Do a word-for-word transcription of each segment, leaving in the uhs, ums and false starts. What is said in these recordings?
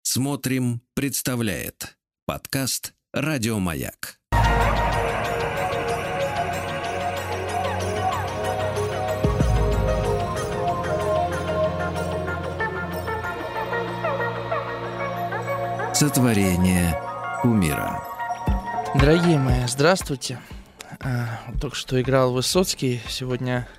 Смотрим, представляет подкаст «Радио Маяк». Сотворение кумира. Дорогие мои, здравствуйте. А, только что играл Высоцкий. Сегодня,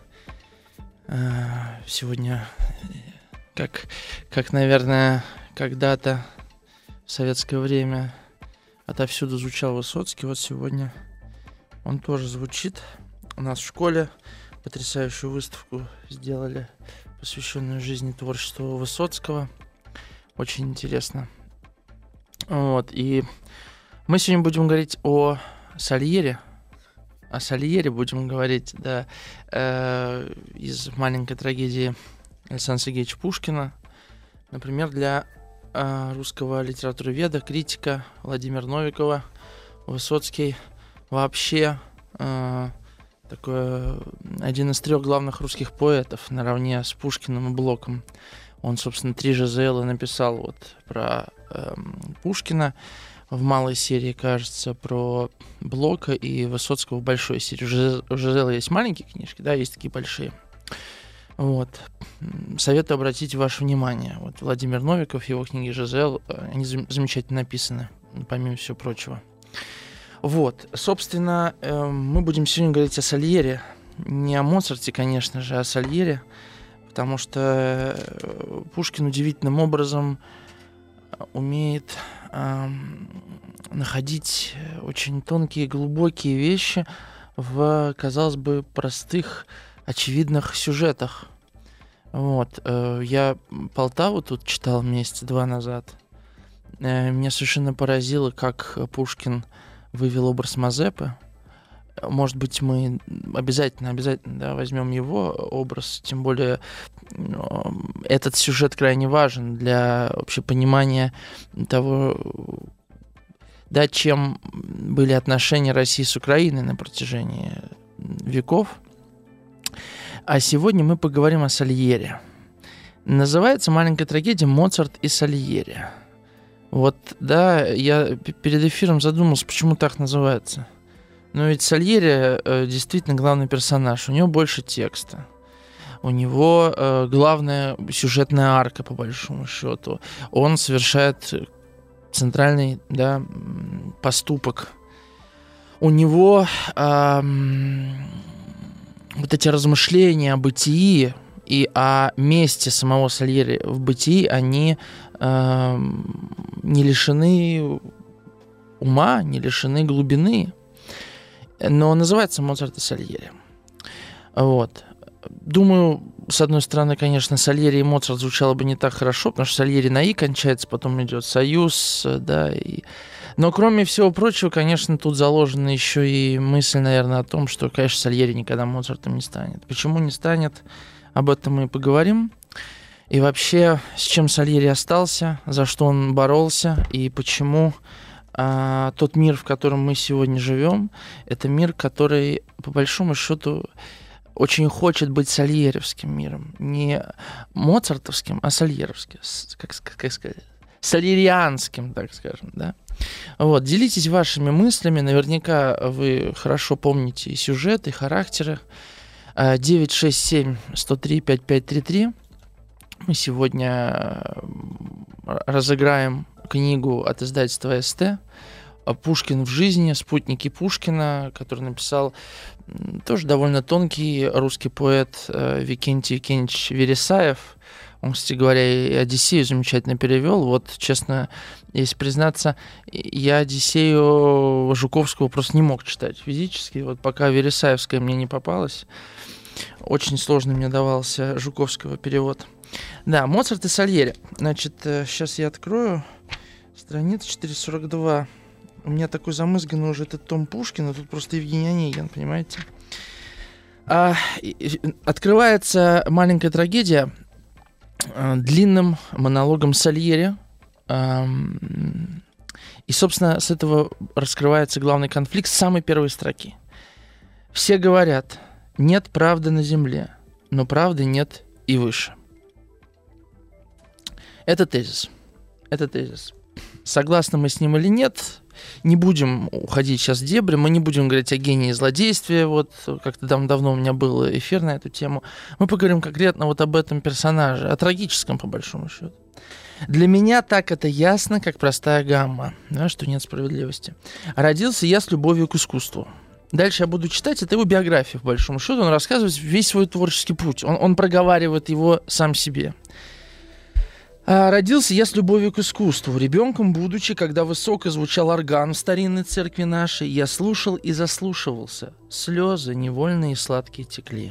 а, сегодня, как, как, наверное, когда-то в советское время отовсюду звучал Высоцкий. Вот сегодня он тоже звучит. У нас в школе потрясающую выставку сделали, посвященную жизни творчеству Высоцкого. Очень интересно. Вот, и мы сегодня будем говорить о Сальере. О Сальере будем говорить, да, э, из маленькой трагедии Александра Сергеевича Пушкина. Например, для э, русского литературоведа, критика Владимира Новикова Высоцкий вообще э, такой один из трех главных русских поэтов наравне с Пушкиным и Блоком. Он, собственно, три ЖЗЛ написал вот про э, Пушкина в малой серии, кажется, про Блока и Высоцкого в большой серии. У ЖЗЛ есть маленькие книжки, да, есть такие большие. Вот. Советую обратить ваше внимание. Вот Владимир Новиков, его книги ЖЗЛ, они замечательно написаны, помимо всего прочего. Вот. Собственно, э, мы будем сегодня говорить о Сальере. Не о Моцарте, конечно же, а о Сальере. Потому что Пушкин удивительным образом умеет э, находить очень тонкие, глубокие вещи в, казалось бы, простых, очевидных сюжетах. Вот. Э, я Полтаву тут читал месяца два назад. Э, меня совершенно поразило, как Пушкин вывел образ Мазепы. Может быть, мы обязательно, обязательно, да, возьмем его образ, тем более этот сюжет крайне важен для вообще понимания того, да, чем были отношения России с Украиной на протяжении веков. А сегодня мы поговорим о Сальере. Называется маленькая трагедия «Моцарт и Сальери». Вот, да, я перед эфиром задумался, почему так называется. Но ведь Сальери э, действительно главный персонаж. У него больше текста. У него э, главная сюжетная арка, по большому счету. Он совершает центральный, да, поступок. У него э, вот эти размышления о бытии и о месте самого Сальери в бытии, они э, не лишены ума, не лишены глубины. Но называется «Моцарт и Сальери». Вот. Думаю, с одной стороны, конечно, Сальери и Моцарт звучало бы не так хорошо, потому что Сальери на «и» кончается, потом идет союз, да. И... Но кроме всего прочего, конечно, тут заложена еще и мысль, наверное, о том, что, конечно, Сальери никогда Моцартом не станет. Почему не станет? Об этом мы и поговорим. И вообще, с чем Сальери остался, за что он боролся, и почему... А тот мир, в котором мы сегодня живем, это мир, который, по большому счету, очень хочет быть сальеревским миром. Не моцартовским, а сальеровским. Как, как сказать? Сальерианским, так скажем, да? Вот, делитесь вашими мыслями. Наверняка вы хорошо помните и сюжеты, и характеры. девять шесть семь сто три пятьдесят пять тридцать три. Мы сегодня разыграем книгу от издательства СТ «Пушкин в жизни. Спутники Пушкина», который написал тоже довольно тонкий русский поэт Викентий Евгеньевич Вересаев. Он, кстати говоря, и «Одиссею» замечательно перевел. Вот, честно, если признаться, я «Одиссею» Жуковского просто не мог читать физически. Вот пока Вересаевская мне не попалась, очень сложно мне давался Жуковского перевод. Да, Моцарт и Сальери. Значит, сейчас я открою страница четыреста сорок два. У меня такой замызганный уже этот том Пушкина, тут просто Евгений Онегин, понимаете? А, и, и, открывается маленькая трагедия а, длинным монологом Сальери. А, и, собственно, с этого раскрывается главный конфликт с самой первой строки. Все говорят, нет правды на земле, но правды нет и выше. Это тезис. Это тезис. Согласны мы с ним или нет, не будем уходить сейчас в дебри, мы не будем говорить о гении злодействия, вот как-то давно у меня был эфир на эту тему. Мы поговорим конкретно вот об этом персонаже, о трагическом, по большому счету. Для меня так это ясно, как простая гамма, да, что нет справедливости. Родился я с любовью к искусству. Дальше я буду читать, это его биография, по большому счету. Он рассказывает весь свой творческий путь. Он, он проговаривает его сам себе. А, родился я с любовью к искусству. Ребенком будучи, когда высоко звучал орган в старинной церкви нашей, я слушал и заслушивался. Слезы невольные и сладкие текли.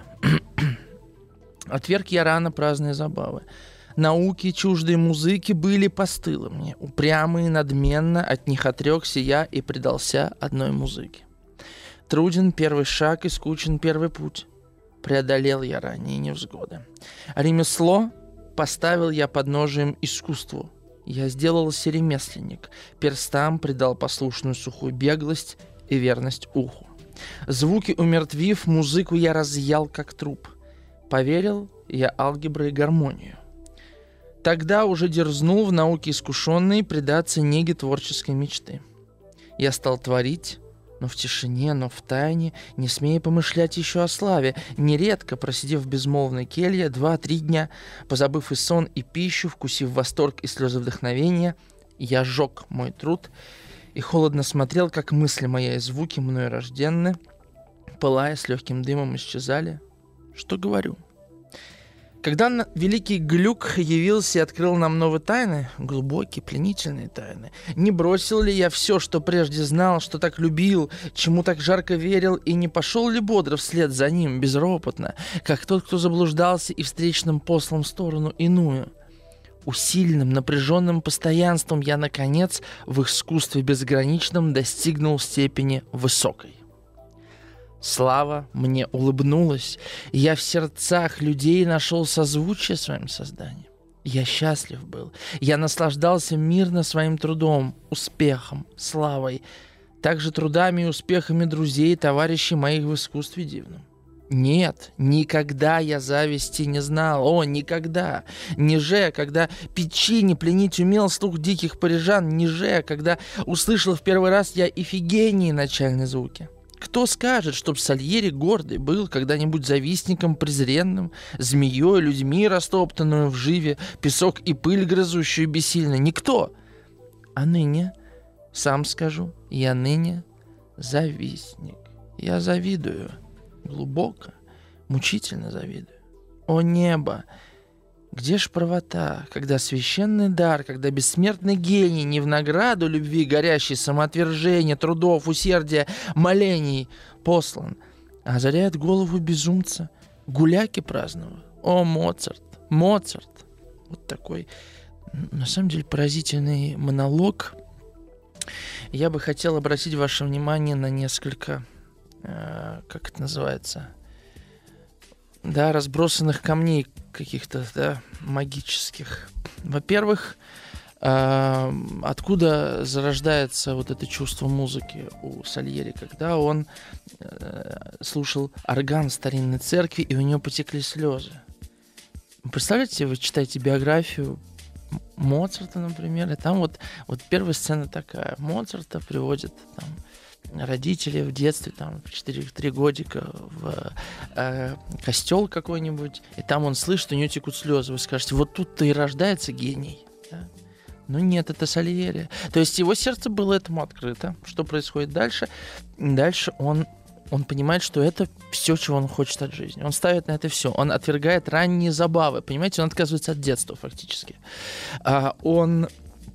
Отверг я рано праздные забавы. Науки, чуждые музыки были постылы мне. Упрямые, надменно, от них отрекся я и предался одной музыке. Труден первый шаг и скучен первый путь. Преодолел я ранние невзгоды. Ремесло поставил я подножием искусству. Я сделался ремесленник. Перстам придал послушную сухую беглость и верность уху. Звуки умертвив, музыку я разъял как труп. Поверил я алгебре и гармонию. Тогда уже дерзнул в науке искушенной предаться неге творческой мечты. Я стал творить, но в тишине, но в тайне, не смея помышлять еще о славе, нередко, просидев в безмолвной келье два-три дня, позабыв и сон, и пищу, вкусив восторг и слезы вдохновения, я сжег мой труд и холодно смотрел, как мысли мои и звуки мною рожденны, пылая с легким дымом, исчезали. Что говорю? Когда великий Глюк явился и открыл нам новые тайны, глубокие, пленительные тайны, не бросил ли я все, что прежде знал, что так любил, чему так жарко верил, и не пошел ли бодро вслед за ним, безропотно, как тот, кто заблуждался и встречным послом в сторону иную? Усиленным, напряженным постоянством я, наконец, в искусстве безграничном достигнул степени высокой. Слава мне улыбнулась, и я в сердцах людей нашел созвучие своим созданием. Я счастлив был, я наслаждался мирно своим трудом, успехом, славой, также трудами и успехами друзей и товарищей моих в искусстве дивном. Нет, никогда я зависти не знал, о, никогда. Ниже, когда печи не пленить умел слух диких парижан, ниже, когда услышал в первый раз я Ифигении начальные звуки. Кто скажет, чтоб Сальери гордый был когда-нибудь завистником презренным, змеей, людьми растоптанную в живе, песок и пыль грызущую бессильно? Никто. А ныне, сам скажу, я ныне завистник. Я завидую, глубоко, мучительно завидую. О небо! Где ж правота, когда священный дар, когда бессмертный гений не в награду любви горящей самоотвержения, трудов, усердия, молений послан, а озаряет голову безумца, гуляки праздного? О, Моцарт, Моцарт! Вот такой, на самом деле, поразительный монолог. Я бы хотел обратить ваше внимание на несколько, э, как это называется, да, разбросанных камней каких-то, да, магических. Во-первых, э, откуда зарождается вот это чувство музыки у Сальери, когда он э, слушал орган в старинной церкви, и у него потекли слезы. Представляете, вы читаете биографию Моцарта, например, и там вот, вот первая сцена такая. Моцарта приводят там родители в детстве, там, в четыре годика в э, костел какой-нибудь, и там он слышит, у него текут слезы. Вы скажете, вот тут-то и рождается гений. Да? Но нет, это Сальери. То есть его сердце было этому открыто. Что происходит дальше? Дальше он, он понимает, что это все, чего он хочет от жизни. Он ставит на это все. Он отвергает ранние забавы. Понимаете, он отказывается от детства фактически. А, он...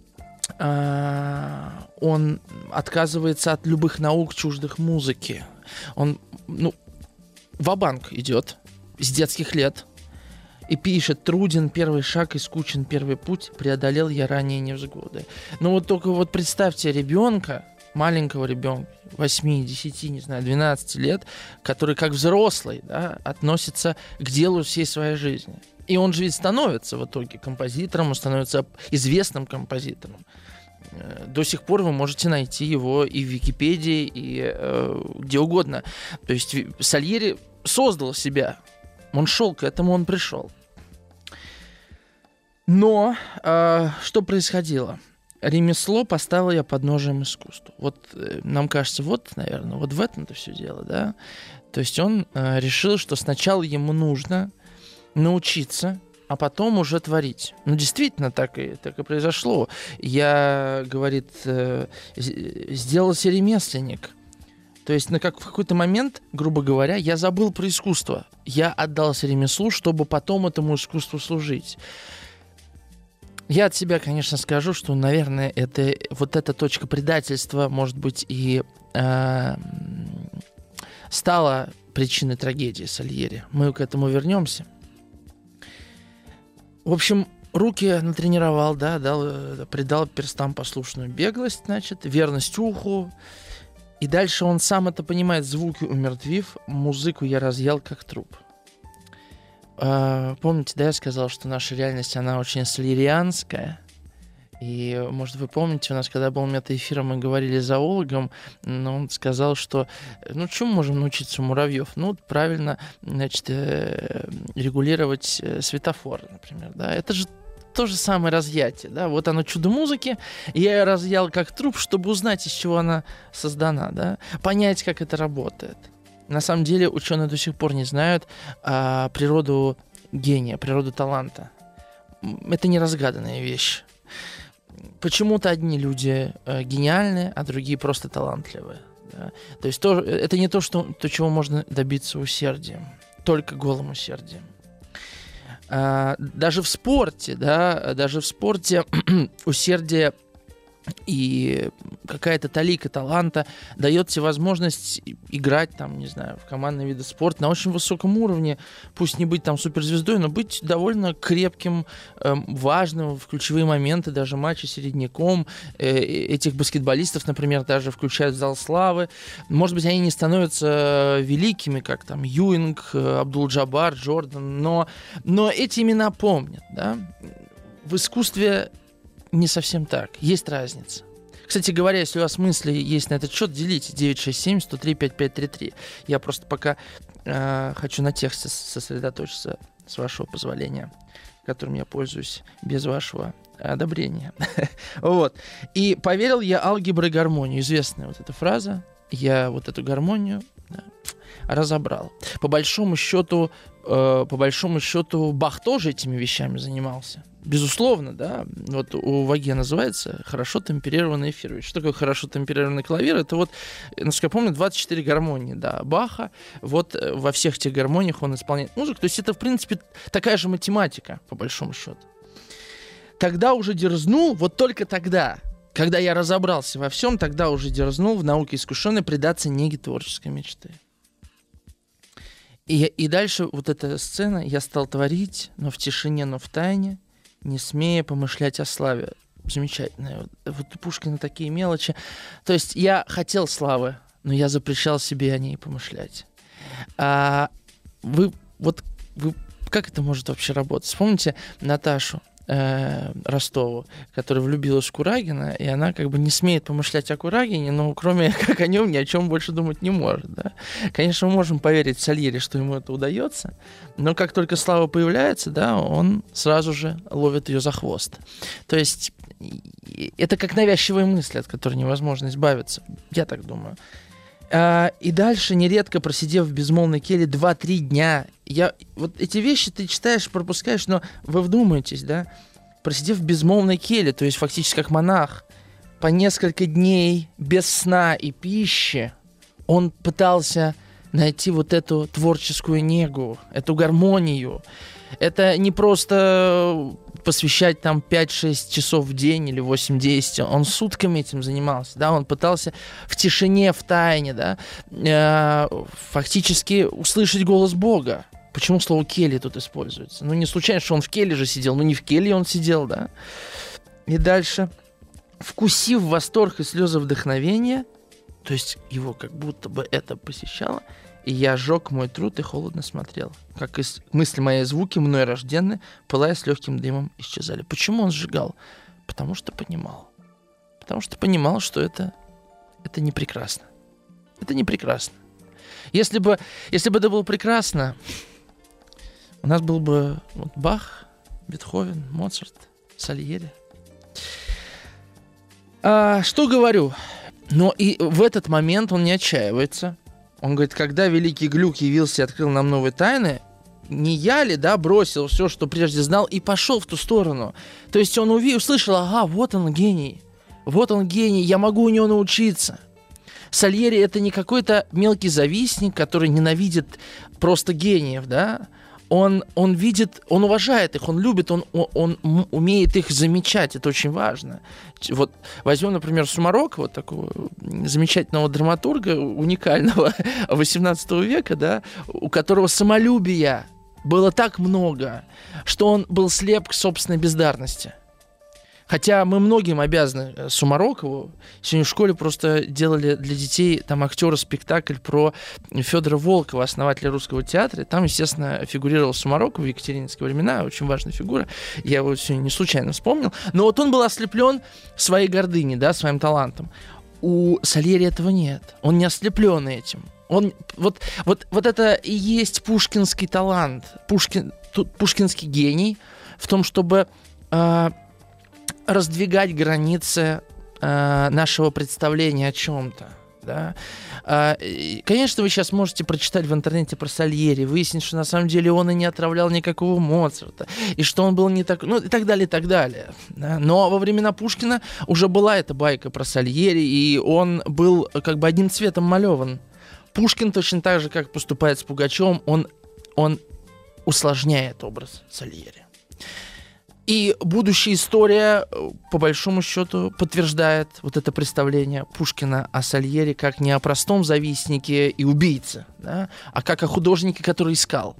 Он отказывается от любых наук, чуждых музыки. Он, ну, ва-банк идет с детских лет и пишет: «Труден первый шаг и скучен первый путь, преодолел я ранее невзгоды». Ну вот только вот представьте ребенка, маленького ребенка, восьми, десяти, не знаю, двенадцати лет, который как взрослый, да, относится к делу всей своей жизни. И он же ведь становится в итоге композитором, он становится известным композитором. До сих пор вы можете найти его и в Википедии, и э, где угодно. То есть Сальери создал себя. Он шел к этому, он пришел. Но э, что происходило? Ремесло поставил я подножием искусству. Вот э, нам кажется, вот, наверное, вот в этом-то все дело, да? То есть он э, решил, что сначала ему нужно научиться, а потом уже творить. Ну, действительно, так и, так и произошло. Я, говорит, э, сделался ремесленник. То есть, ну, как в какой-то момент, грубо говоря, я забыл про искусство. Я отдался ремеслу, чтобы потом этому искусству служить. Я от себя, конечно, скажу, что, наверное, это, вот эта точка предательства, может быть, и э, стала причиной трагедии Сальери. Мы к этому вернемся. В общем, руки натренировал, да, дал, придал перстам послушную беглость, значит, верность уху. И дальше он сам это понимает, звуки умертвив, музыку я разъел как труп. Помните, да, я сказал, что наша реальность, она очень сальерианская. И, может, вы помните, у нас, когда был метаэфир, мы говорили с зоологом, но он сказал, что, ну, чему можем научиться у муравьев? Ну, правильно, значит, регулировать светофор, например, да. Это же то же самое разъятие, да. Вот оно, чудо музыки, я ее разъял как труп, чтобы узнать, из чего она создана, да. Понять, как это работает. На самом деле ученые до сих пор не знают а, природу гения, природу таланта. Это неразгаданная вещь. Почему-то одни люди э, гениальны, а другие просто талантливые. Да? То есть то, это не то, что, то, чего можно добиться усердием, только голым усердием. А, даже в спорте, да, даже в спорте усердие и какая-то талика таланта дает тебе возможность играть там, не знаю, в командные виды спорта на очень высоком уровне, пусть не быть там суперзвездой, но быть довольно крепким, э, важным в ключевые моменты, даже матчи середняком. Э, этих баскетболистов, например, даже включают в зал славы. Может быть, они не становятся великими, как там Юинг, Абдул-Джабар, Джордан, но, но эти имена помнят, да? В искусстве не совсем так. Есть разница. Кстати говоря, если у вас мысли есть на этот счет, делите девять шесть семь сто три пятьдесят пять тридцать три. Я просто пока э, хочу на тексте сосредоточиться, с вашего позволения, которым я пользуюсь без вашего одобрения. Вот. И поверил я алгебре и гармонию. Известная вот эта фраза. Я вот эту гармонию, да, разобрал. По большому счету, э, по большому счету, Бах тоже этими вещами занимался. Безусловно, да. Вот у Ваге называется хорошо темперированный эфир. Что такое хорошо темперированный клавир? Это вот, насколько я помню, двадцать четыре гармонии, да, Баха. Вот во всех этих гармониях он исполняет музыку. То есть это, в принципе, такая же математика, по большому счету. Тогда уже дерзнул, вот только тогда, когда я разобрался во всем, тогда уже дерзнул в науке искушенной предаться неге творческой мечты. И, и дальше вот эта сцена, я стал творить, но в тишине, но в тайне, не смея помышлять о славе. Замечательно. Вот, вот у Пушкина такие мелочи. То есть я хотел славы, но я запрещал себе о ней помышлять. А вы, вот, вы, как это может вообще работать? Вспомните Наташу э, Ростову, которая влюбилась в Курагина, и она как бы не смеет помышлять о Курагине, но кроме как о нем ни о чем больше думать не может. Да? Конечно, мы можем поверить Сальери, что ему это удается, но как только слава появляется, да, он сразу же ловит ее за хвост. То есть это как навязчивые мысли, от которых невозможно избавиться. Я так думаю. А, и дальше, нередко просидев в безмолвной келье два-три дня, я, вот эти вещи ты читаешь, пропускаешь, но вы вдумаетесь, да? Просидев в безмолвной келье, то есть фактически как монах, по несколько дней без сна и пищи, он пытался найти вот эту творческую негу, эту гармонию. Это не просто посвящать там пять-шесть часов в день или восемь-десять. Он сутками этим занимался, да, он пытался в тишине, в тайне, да, э, фактически услышать голос Бога. Почему слово «келья» тут используется? Ну, не случайно, что он в келье же сидел, ну, не в келье он сидел, да. И дальше, вкусив восторг и слезы вдохновения, то есть его как будто бы это посещало, и я сжег мой труд и холодно смотрел, как из мысли моей звуки, мной рожденные, пылая с легким дымом, исчезали. Почему он сжигал? Потому что понимал. Потому что понимал, что это, это не прекрасно. Это не прекрасно. Если бы, если бы это было прекрасно, у нас был бы вот Бах, Бетховен, Моцарт, Сальери. А, что говорю? Но и в этот момент он не отчаивается. Он говорит, когда великий Глюк явился и открыл нам новые тайны, не я ли, да, бросил все, что прежде знал, и пошел в ту сторону. То есть он увидел, услышал, ага, вот он гений, вот он гений, я могу у него научиться. Сальери — это не какой-то мелкий завистник, который ненавидит просто гениев, да. Он, он видит, он уважает их, он любит, он, он, он умеет их замечать, это очень важно. Вот возьмем, например, Сумарок, вот такого замечательного драматурга, уникального восемнадцатого века, да, у которого самолюбия было так много, что он был слеп к собственной бездарности. Хотя мы многим обязаны Сумарокову. Сегодня в школе просто делали для детей там актера спектакль про Федора Волкова, основателя русского театра. Там, естественно, фигурировал Сумароков в екатерининские времена, очень важная фигура. Я его сегодня не случайно вспомнил. Но вот он был ослеплен своей гордыней, да, своим талантом. У Сальери этого нет. Он не ослеплен этим. Он, вот, вот, вот это и есть пушкинский талант, Пушкин, пушкинский гений в том, чтобы э, раздвигать границы э, нашего представления о чем-то. Да? Э, конечно, вы сейчас можете прочитать в интернете про Сальери, выяснить, что на самом деле он и не отравлял никакого Моцарта, и что он был не так, ну и так далее, и так далее. Да? Но во времена Пушкина уже была эта байка про Сальери, и он был как бы одним цветом малеван. Пушкин точно так же, как поступает с Пугачевым, он, он усложняет образ Сальери. И будущая история, по большому счету, подтверждает вот это представление Пушкина о Сальери как не о простом завистнике и убийце, да, а как о художнике, который искал.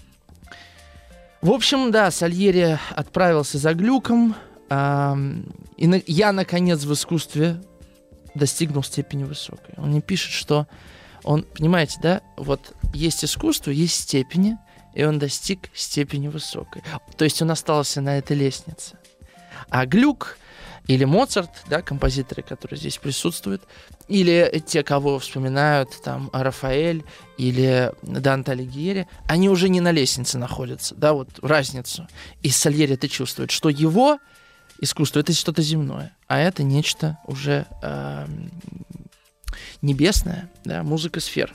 В общем, да, Сальери отправился за Глюком, э, и на, я, наконец, в искусстве достигнул степени высокой. Он не пишет, что он, понимаете, да, вот есть искусство, есть степени, и он достиг степени высокой. То есть он остался на этой лестнице. А Глюк или Моцарт, да, композиторы, которые здесь присутствуют, или те, кого вспоминают, там, Рафаэль или Данте Алигьери, они уже не на лестнице находятся, да, вот разницу. И Сальери это чувствует, что его искусство — это что-то земное, а это нечто уже э, небесное, да, музыка сфер.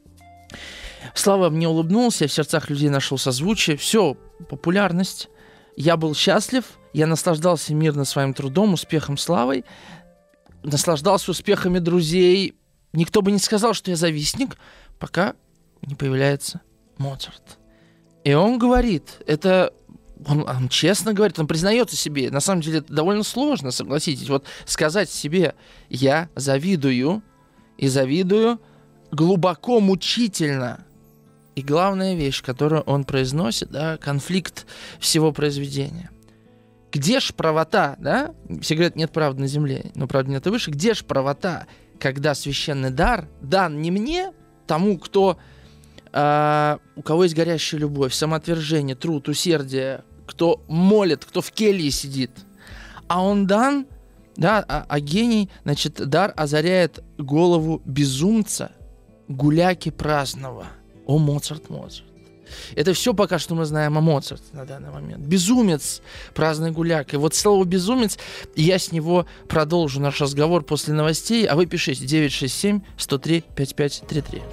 Слава мне улыбнулся, я в сердцах людей нашел созвучие. Все, популярность. Я был счастлив, я наслаждался мирно своим трудом, успехом, славой. Наслаждался успехами друзей. Никто бы не сказал, что я завистник, пока не появляется Моцарт. И он говорит, это... Он, он честно говорит, он признается себе. На самом деле это довольно сложно, согласитесь. Вот сказать себе, я завидую, и завидую глубоко, мучительно. И главная вещь, которую он произносит, да, конфликт всего произведения. Где ж правота, да? Все говорят, нет правды на земле, но правда нет и выше. Где ж правота, когда священный дар дан не мне, тому, кто, э, у кого есть горящая любовь, самоотвержение, труд, усердие, кто молит, кто в келье сидит, а он дан, да, а, а гений, значит, дар озаряет голову безумца, гуляки праздного. О, Моцарт, Моцарт. Это все пока что мы знаем о Моцарте на данный момент. Безумец, праздный гуляк. И вот слово «безумец», я с него продолжу наш разговор после новостей, а вы пишите девять шесть семь сто три пятьдесят пять тридцать три.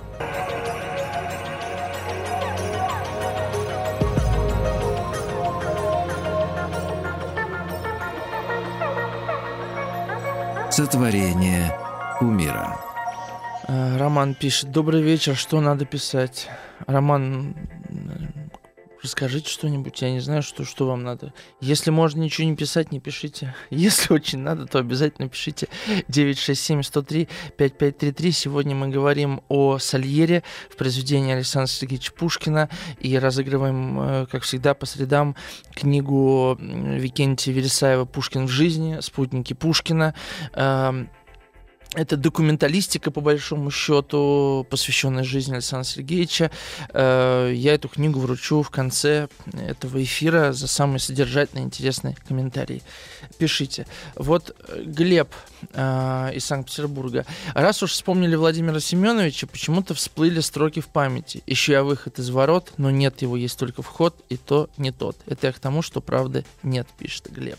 Сотворение кумира. Роман пишет: добрый вечер, что надо писать? Роман, расскажите что-нибудь, я не знаю, что, что вам надо. Если можно ничего не писать, не пишите. Если очень надо, то обязательно пишите девять шесть семь сто три пятьдесят пять тридцать три. Сегодня мы говорим о Сальери в произведении Александра Сергеевича Пушкина и разыгрываем, как всегда, по средам книгу Викентия Вересаева «Пушкин в жизни», «Спутники Пушкина». Это документалистика, по большому счету, посвященная жизни Александра Сергеевича. Я эту книгу вручу в конце этого эфира за самый содержательный, интересный комментарий. Пишите. Вот Глеб из Санкт-Петербурга. Раз уж вспомнили Владимира Семеновича, почему-то всплыли строки в памяти. Ищу я выход из ворот, но нет его, есть только вход, и то не тот. Это я к тому, что правды нет, пишет Глеб.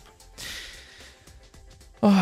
Ой.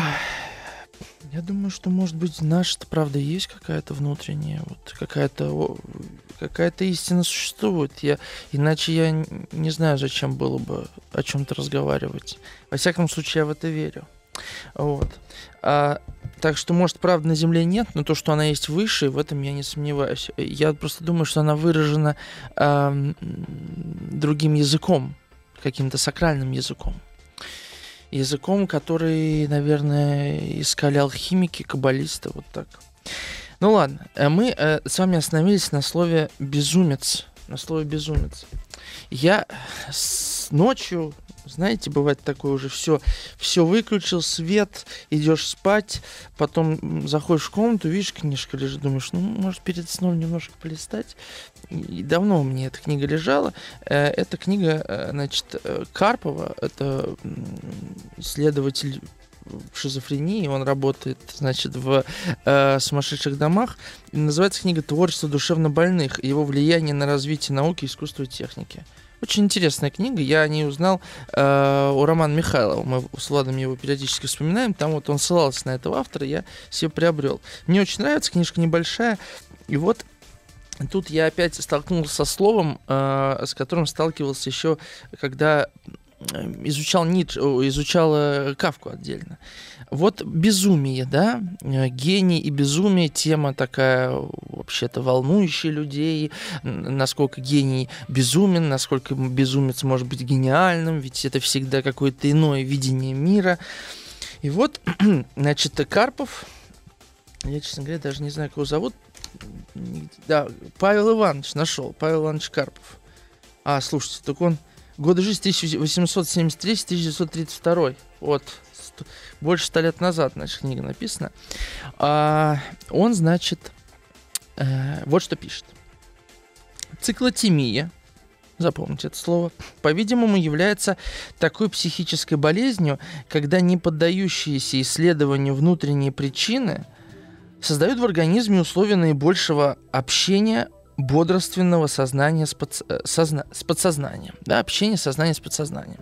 Я думаю, что, может быть, наша-то правда есть какая-то внутренняя, вот какая-то, какая-то истина существует. Я, иначе я не знаю, зачем было бы о чем-то разговаривать. Во всяком случае, я в это верю. Вот. А, так что, может, правды на Земле нет, но то, что она есть выше, в этом я не сомневаюсь. Я просто думаю, что она выражена а, другим языком, каким-то сакральным языком. Языком, который, наверное, искали алхимики, каббалисты, вот так. Ну ладно, мы э, с вами остановились на слове «безумец». На слове «безумец». Я с ночью, знаете, бывает такое уже, все, все выключил, свет, идешь спать, потом заходишь в комнату, видишь, книжка лежит, думаешь, ну, может, перед сном немножко полистать. И давно у меня эта книга лежала. Эта книга, значит, Карпова, это исследователь шизофрении, он работает, значит, в э, сумасшедших домах. И называется книга «Творчество душевнобольных. Его влияние на развитие науки, искусства и техники». Очень интересная книга. Я о ней узнал э, у Романа Михайлова. Мы с Владом его периодически вспоминаем. Там вот он ссылался на этого автора, я себе приобрел. Мне очень нравится, книжка небольшая. И вот тут я опять столкнулся со словом, э, с которым сталкивался еще, когда изучал Ницше, изучал э, Кафку отдельно. Вот безумие, да, гений и безумие, тема такая, вообще-то волнующая людей, насколько гений безумен, насколько безумец может быть гениальным, ведь это всегда какое-то иное видение мира. И вот, значит, Карпов, я, честно говоря, даже не знаю, кого зовут, да, Павел Иванович нашел, Павел Иванович Карпов. А, слушайте, так он годы жизни тысяча восемьсот семьдесят третий — тысяча девятьсот тридцать второй. Вот. Больше ста лет назад, значит, книга написана. А, он, значит, э, вот что пишет. Циклотемия, запомните это слово, по-видимому, является такой психической болезнью, когда не поддающиеся исследованию внутренние причины создают в организме условия наибольшего общения бодрственного сознания с, подс... созна... с подсознанием. Да, общение сознания с подсознанием.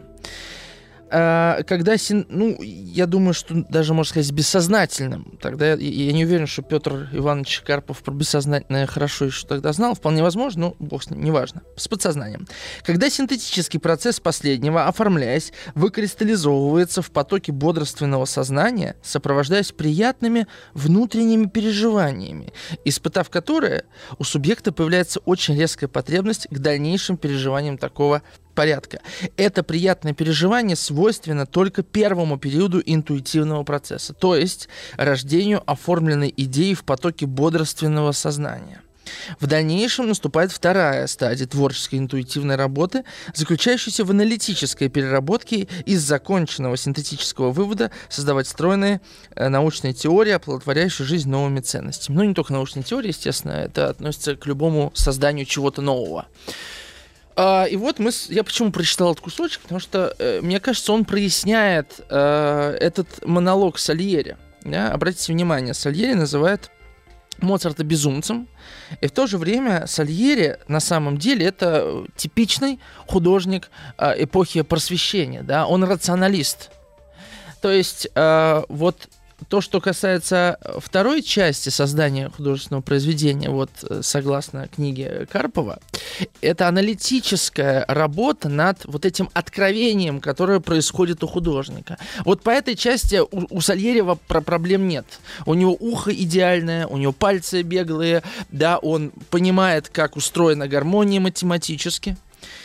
А, когда, син... ну, я думаю, что даже, можно сказать, с бессознательным. Тогда я, я не уверен, что Петр Иванович Карпов про бессознательное хорошо еще тогда знал. Вполне возможно, но бог с ним, неважно. С подсознанием. Когда синтетический процесс последнего, оформляясь, выкристаллизовывается в потоке бодрственного сознания, сопровождаясь приятными внутренними переживаниями, испытав которые, у субъекта появляется очень резкая потребность к дальнейшим переживаниям такого порядка. Это приятное переживание свойственно только первому периоду интуитивного процесса, то есть рождению оформленной идеи в потоке бодрственного сознания. В дальнейшем наступает вторая стадия творческой интуитивной работы, заключающаяся в аналитической переработке из законченного синтетического вывода создавать стройные э, научные теории, оплодотворяющие жизнь новыми ценностями. Ну, не только научные теории, естественно, это относится к любому созданию чего-то нового. А, и вот мы, я почему прочитал этот кусочек, потому что, э, мне кажется, он проясняет э, этот монолог Сальери. Да? Обратите внимание, Сальери называет Моцарта безумцем, и в то же время Сальери на самом деле это типичный художник э, эпохи Просвещения, да? Он рационалист. То есть э, вот то, что касается второй части создания художественного произведения, вот согласно книге Карпова, это аналитическая работа над вот этим откровением, которое происходит у художника. Вот по этой части у, у Сальери проблем нет. У него ухо идеальное, у него пальцы беглые, да, он понимает, как устроена гармония математически.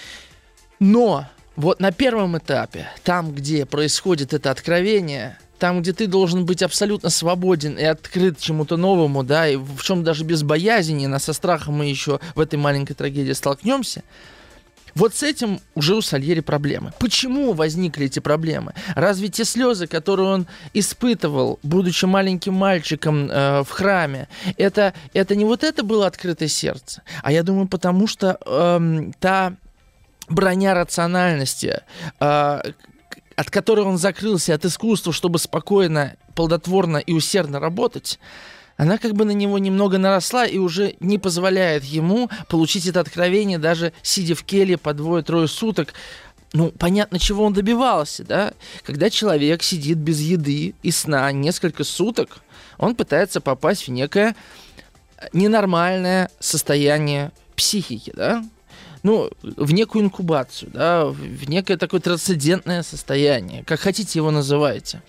Но вот на первом этапе, там, где происходит это откровение, там, где ты должен быть абсолютно свободен и открыт чему-то новому, да, и в чем даже без боязни, но со страхом мы еще в этой маленькой трагедии столкнемся, Вот с этим уже у Сальери проблемы. Почему возникли эти проблемы? Разве те слезы, которые он испытывал, будучи маленьким мальчиком э, в храме, это, это не вот это было открытое сердце? А я думаю, потому что э, та броня рациональности, э, от которой он закрылся от искусства, чтобы спокойно, плодотворно и усердно работать, она как бы на него немного наросла и уже не позволяет ему получить это откровение, даже сидя в келье по двое-трое суток. Ну, понятно, чего он добивался, да? Когда человек сидит без еды и сна несколько суток, он пытается попасть в некое ненормальное состояние психики, да? Ну, в некую инкубацию, да, в некое такое трансцендентное состояние, как хотите его называйте.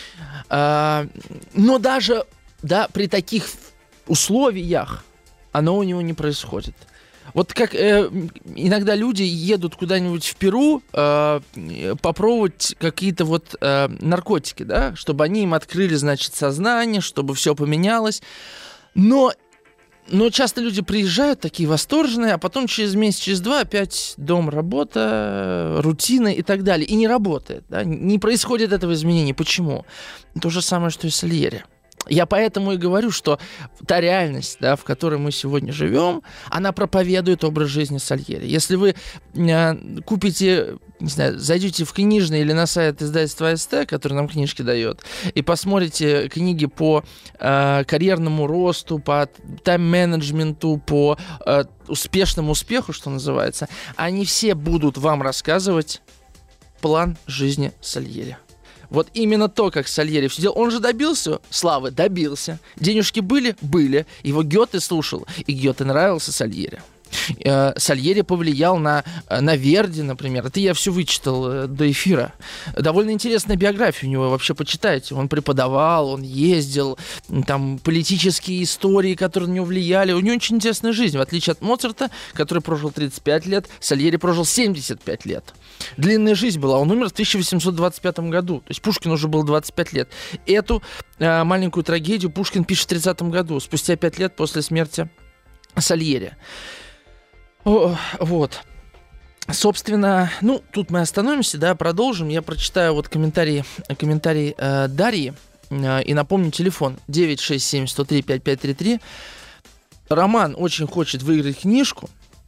А, но даже... Да, при таких условиях оно у него не происходит. Вот как э, иногда люди едут куда-нибудь в Перу э, попробовать какие-то вот э, наркотики, да, чтобы они им открыли, значит, сознание, чтобы все поменялось. Но, но часто люди приезжают такие восторженные, а потом через месяц, через два опять дом, работа, рутина и так далее. И не работает, да, не происходит этого изменения. Почему? То же самое, что и с Сальери. Я поэтому и говорю, что та реальность, да, в которой мы сегодня живем, она проповедует образ жизни Сальери. Если вы э, купите, не знаю, зайдете в книжный или на сайт издательства СТ, который нам книжки дает, и посмотрите книги по э, карьерному росту, по тайм-менеджменту, по э, успешному успеху, что называется, они все будут вам рассказывать план жизни Сальери. Вот именно то, как Сальери все делал. Он же добился славы, добился. Денежки были? Были. Его Гёте слушал, и Гёте нравился Сальери. Сальери повлиял на, на Верди, например. Это я все вычитал до эфира. Довольно интересная биография у него, вообще почитайте. Он преподавал, он ездил, там политические истории, которые на него влияли. У него очень интересная жизнь, в отличие от Моцарта, который прожил тридцать пять лет, Сальери прожил семьдесят пять лет. Длинная жизнь была. Он умер в тысяча восемьсот двадцать пятом году. То есть Пушкину уже было двадцать пять лет. Эту э, маленькую трагедию Пушкин пишет в тридцатом году, спустя пять лет после смерти Сальери. О, вот. Собственно, ну, тут мы остановимся, да, продолжим. Я прочитаю вот комментарий, комментарий э, Дарьи э, и напомню телефон девять шесть семь сто три пять пять три три. Роман очень хочет выиграть книжку.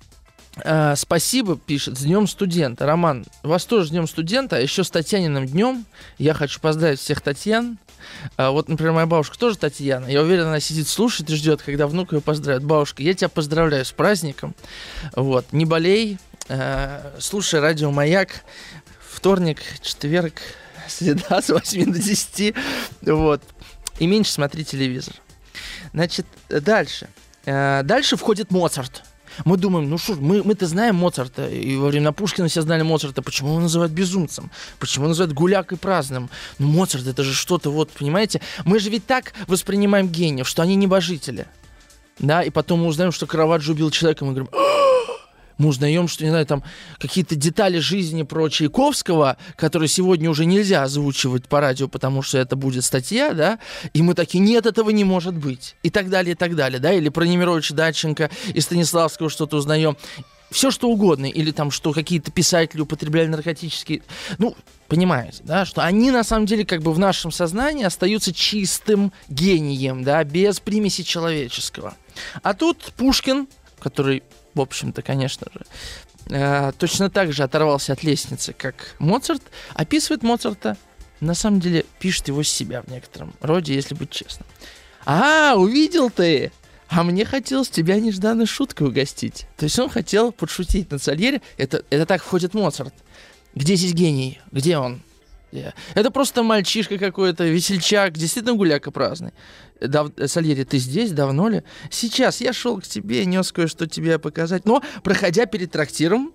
Э, спасибо, пишет, с Днем студента. Роман, вас тоже с Днем студента, а еще с Татьяниным днем. Я хочу поздравить всех Татьян. А вот, например, моя бабушка тоже Татьяна. Я уверен, она сидит, слушает и ждет, когда внук ее поздравит. Бабушка, я тебя поздравляю с праздником. Вот, не болей. Э, слушай радио «Маяк». Вторник, четверг, среда с восьми до десяти. Вот. И меньше смотри телевизор. Значит, дальше. Э, дальше входит Моцарт. Мы думаем, ну что, мы, мы-то знаем Моцарта, и во времена Пушкина все знали Моцарта, почему его называют безумцем, почему его называют гулякой праздным? Ну, Моцарт, это же что-то, вот, понимаете? Мы же ведь так воспринимаем гениев, что они небожители, да, и потом мы узнаем, что Караваджо убил человека, мы говорим, мы узнаем, что, не знаю, там какие-то детали жизни про Чайковского, которые сегодня уже нельзя озвучивать по радио, потому что это будет статья, да, и мы такие, нет, этого не может быть, и так далее, и так далее, да, или про Немировича Дадченко и Станиславского что-то узнаем, все что угодно, или там, что какие-то писатели употребляли наркотические, ну, понимаете, да, что они на самом деле как бы в нашем сознании остаются чистым гением, да, без примеси человеческого. А тут Пушкин, который... В общем-то, конечно же, э, точно так же оторвался от лестницы, как Моцарт, описывает Моцарта, на самом деле пишет его с себя в некотором роде, если быть честным. А, увидел ты! А мне хотелось тебя нежданной шуткой угостить. То есть он хотел подшутить над Сальери. Это, это так входит Моцарт. Где здесь гений? Где он? Это просто мальчишка какой-то, весельчак, действительно гуляка праздный. Дав... Сальери, ты здесь? Давно ли? Сейчас я шел к тебе, нес кое-что тебе показать. Но, проходя перед трактиром,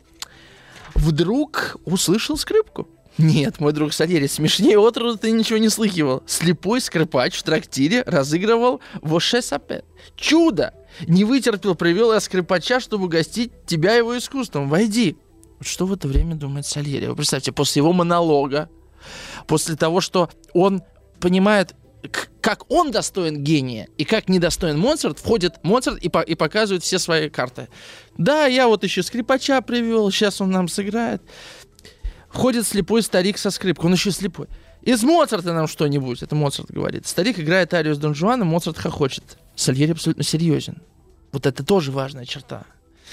вдруг услышал скрипку. Нет, мой друг Сальери, смешнее отроду ты ничего не слыхивал. Слепой скрипач в трактире разыгрывал «Воше сапет». Чудо! Не вытерпел, привел я скрипача, чтобы угостить тебя его искусством. Войди. Вот что в это время думает Сальери? Вы представьте, после его монолога, после того, что он понимает, к как он достоин гения и как недостоин Моцарт, входит Моцарт и, по- и показывает все свои карты. Да, я вот еще скрипача привел, сейчас он нам сыграет. Входит слепой старик со скрипкой, он еще слепой. Из Моцарта нам что-нибудь, это Моцарт говорит. Старик играет арию с Дон Жуаном, Моцарт хохочет. Сальери абсолютно серьезен. Вот это тоже важная черта.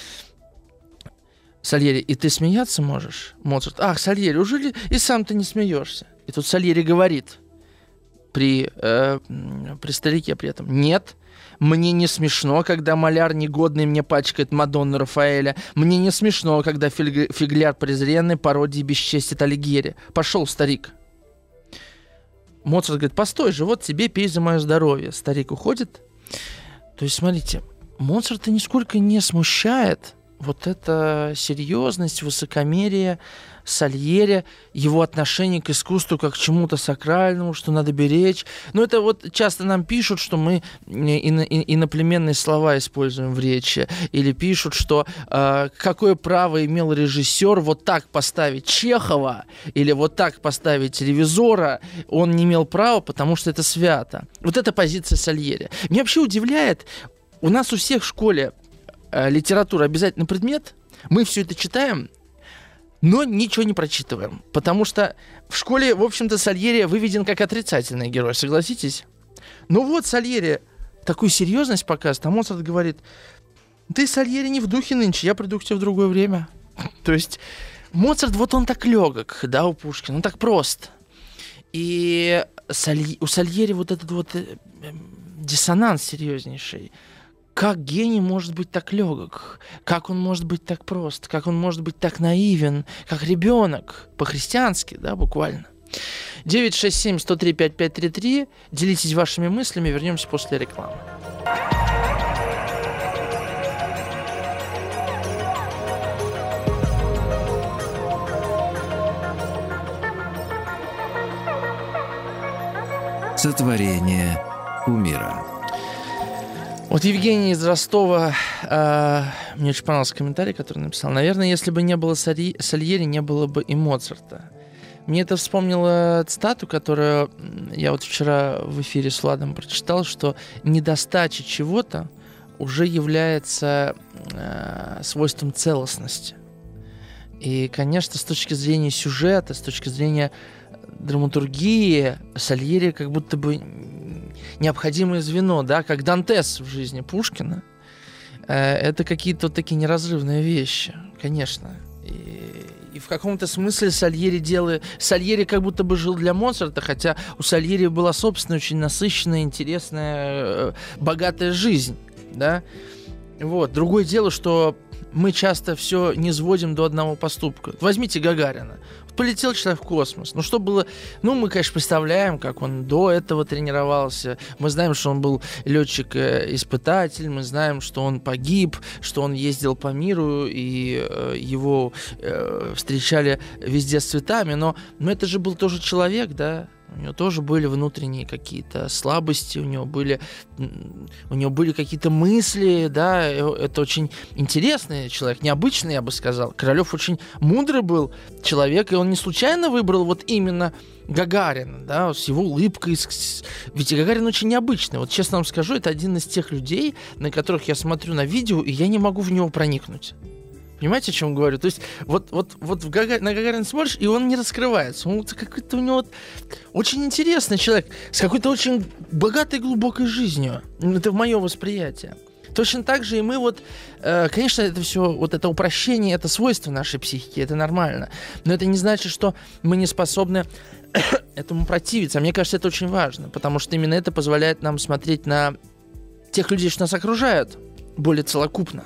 Сальери, и ты смеяться можешь? Моцарт, ах, Сальери, ужели и сам ты не смеешься? И тут Сальери говорит при, э, при старике при этом: нет, мне не смешно, когда маляр негодный мне пачкает Мадонну Рафаэля. Мне не смешно, когда фиг, фигляр презренный пародии бесчестит Алигьери. Пошел, старик. Моцарт говорит: постой же, вот тебе пей за мое здоровье. Старик уходит. То есть, смотрите, Моцарта нисколько не смущает вот эта серьезность, высокомерие Сальери, его отношение к искусству как к чему-то сакральному, что надо беречь. Но это вот часто нам пишут, что мы ино- иноплеменные слова используем в речи, или пишут, что э, какое право имел режиссер вот так поставить Чехова, или вот так поставить ревизора, он не имел права, потому что это свято. Вот эта позиция Сальери. Меня вообще удивляет, у нас у всех в школе э, литература обязательно предмет, мы все это читаем, но ничего не прочитываем. Потому что в школе, в общем-то, Сальери выведен как отрицательный герой, согласитесь? Ну вот, Сальери такую серьезность показывает, а Моцарт говорит: ты, Сальери, не в духе нынче, я приду к тебе в другое время. То есть Моцарт, вот он так легок, да, у Пушкина, он так прост. И Саль... у Сальери вот этот вот диссонанс серьезнейший. Как гений может быть так легок? Как он может быть так прост? Как он может быть так наивен? Как ребенок? По-христиански, да, буквально. девять шесть семь сто три пять пять три три. Делитесь вашими мыслями. Вернемся после рекламы. Сотворение кумира. Вот Евгений из Ростова, э, мне очень понравился комментарий, который написал: наверное, если бы не было Сальери, Сальери, не было бы и Моцарта. Мне это вспомнило цитату, которую я вот вчера в эфире с Владом прочитал, что недостача чего-то уже является э, свойством целостности. И, конечно, с точки зрения сюжета, с точки зрения драматургии, Сальери как будто бы необходимое звено, да, как Дантес в жизни Пушкина. Это какие-то вот такие неразрывные вещи, конечно. И, и в каком-то смысле Сальери делает... Сальери как будто бы жил для Моцарта, хотя у Сальери была собственная, очень насыщенная, интересная, богатая жизнь, да. Вот. Другое дело, что мы часто все не сводим до одного поступка. Возьмите Гагарина. Полетел человек в космос. Ну, что было... Ну, мы, конечно, представляем, как он до этого тренировался. Мы знаем, что он был летчик-испытатель. Мы знаем, что он погиб, что он ездил по миру, и э, его э, встречали везде с цветами. Но, но это же был тоже человек, да? У него тоже были внутренние какие-то слабости, у него были, у него были какие-то мысли, да, это очень интересный человек, необычный, я бы сказал. Королёв очень мудрый был человек, и он не случайно выбрал вот именно Гагарина, да, с его улыбкой. Ведь Гагарин очень необычный. Вот честно вам скажу, это один из тех людей, на которых я смотрю на видео, и я не могу в него проникнуть. Понимаете, о чем говорю? То есть вот, вот, вот в Гага... на Гагарина смотришь, и он не раскрывается. Он какой-то у него вот очень интересный человек, с какой-то очень богатой, глубокой жизнью. Это в мое восприятие. Точно так же и мы вот... Э, конечно, это все, вот это упрощение, это свойство нашей психики, это нормально. Но это не значит, что мы не способны этому противиться. Мне кажется, это очень важно, потому что именно это позволяет нам смотреть на тех людей, что нас окружают, более целокупно.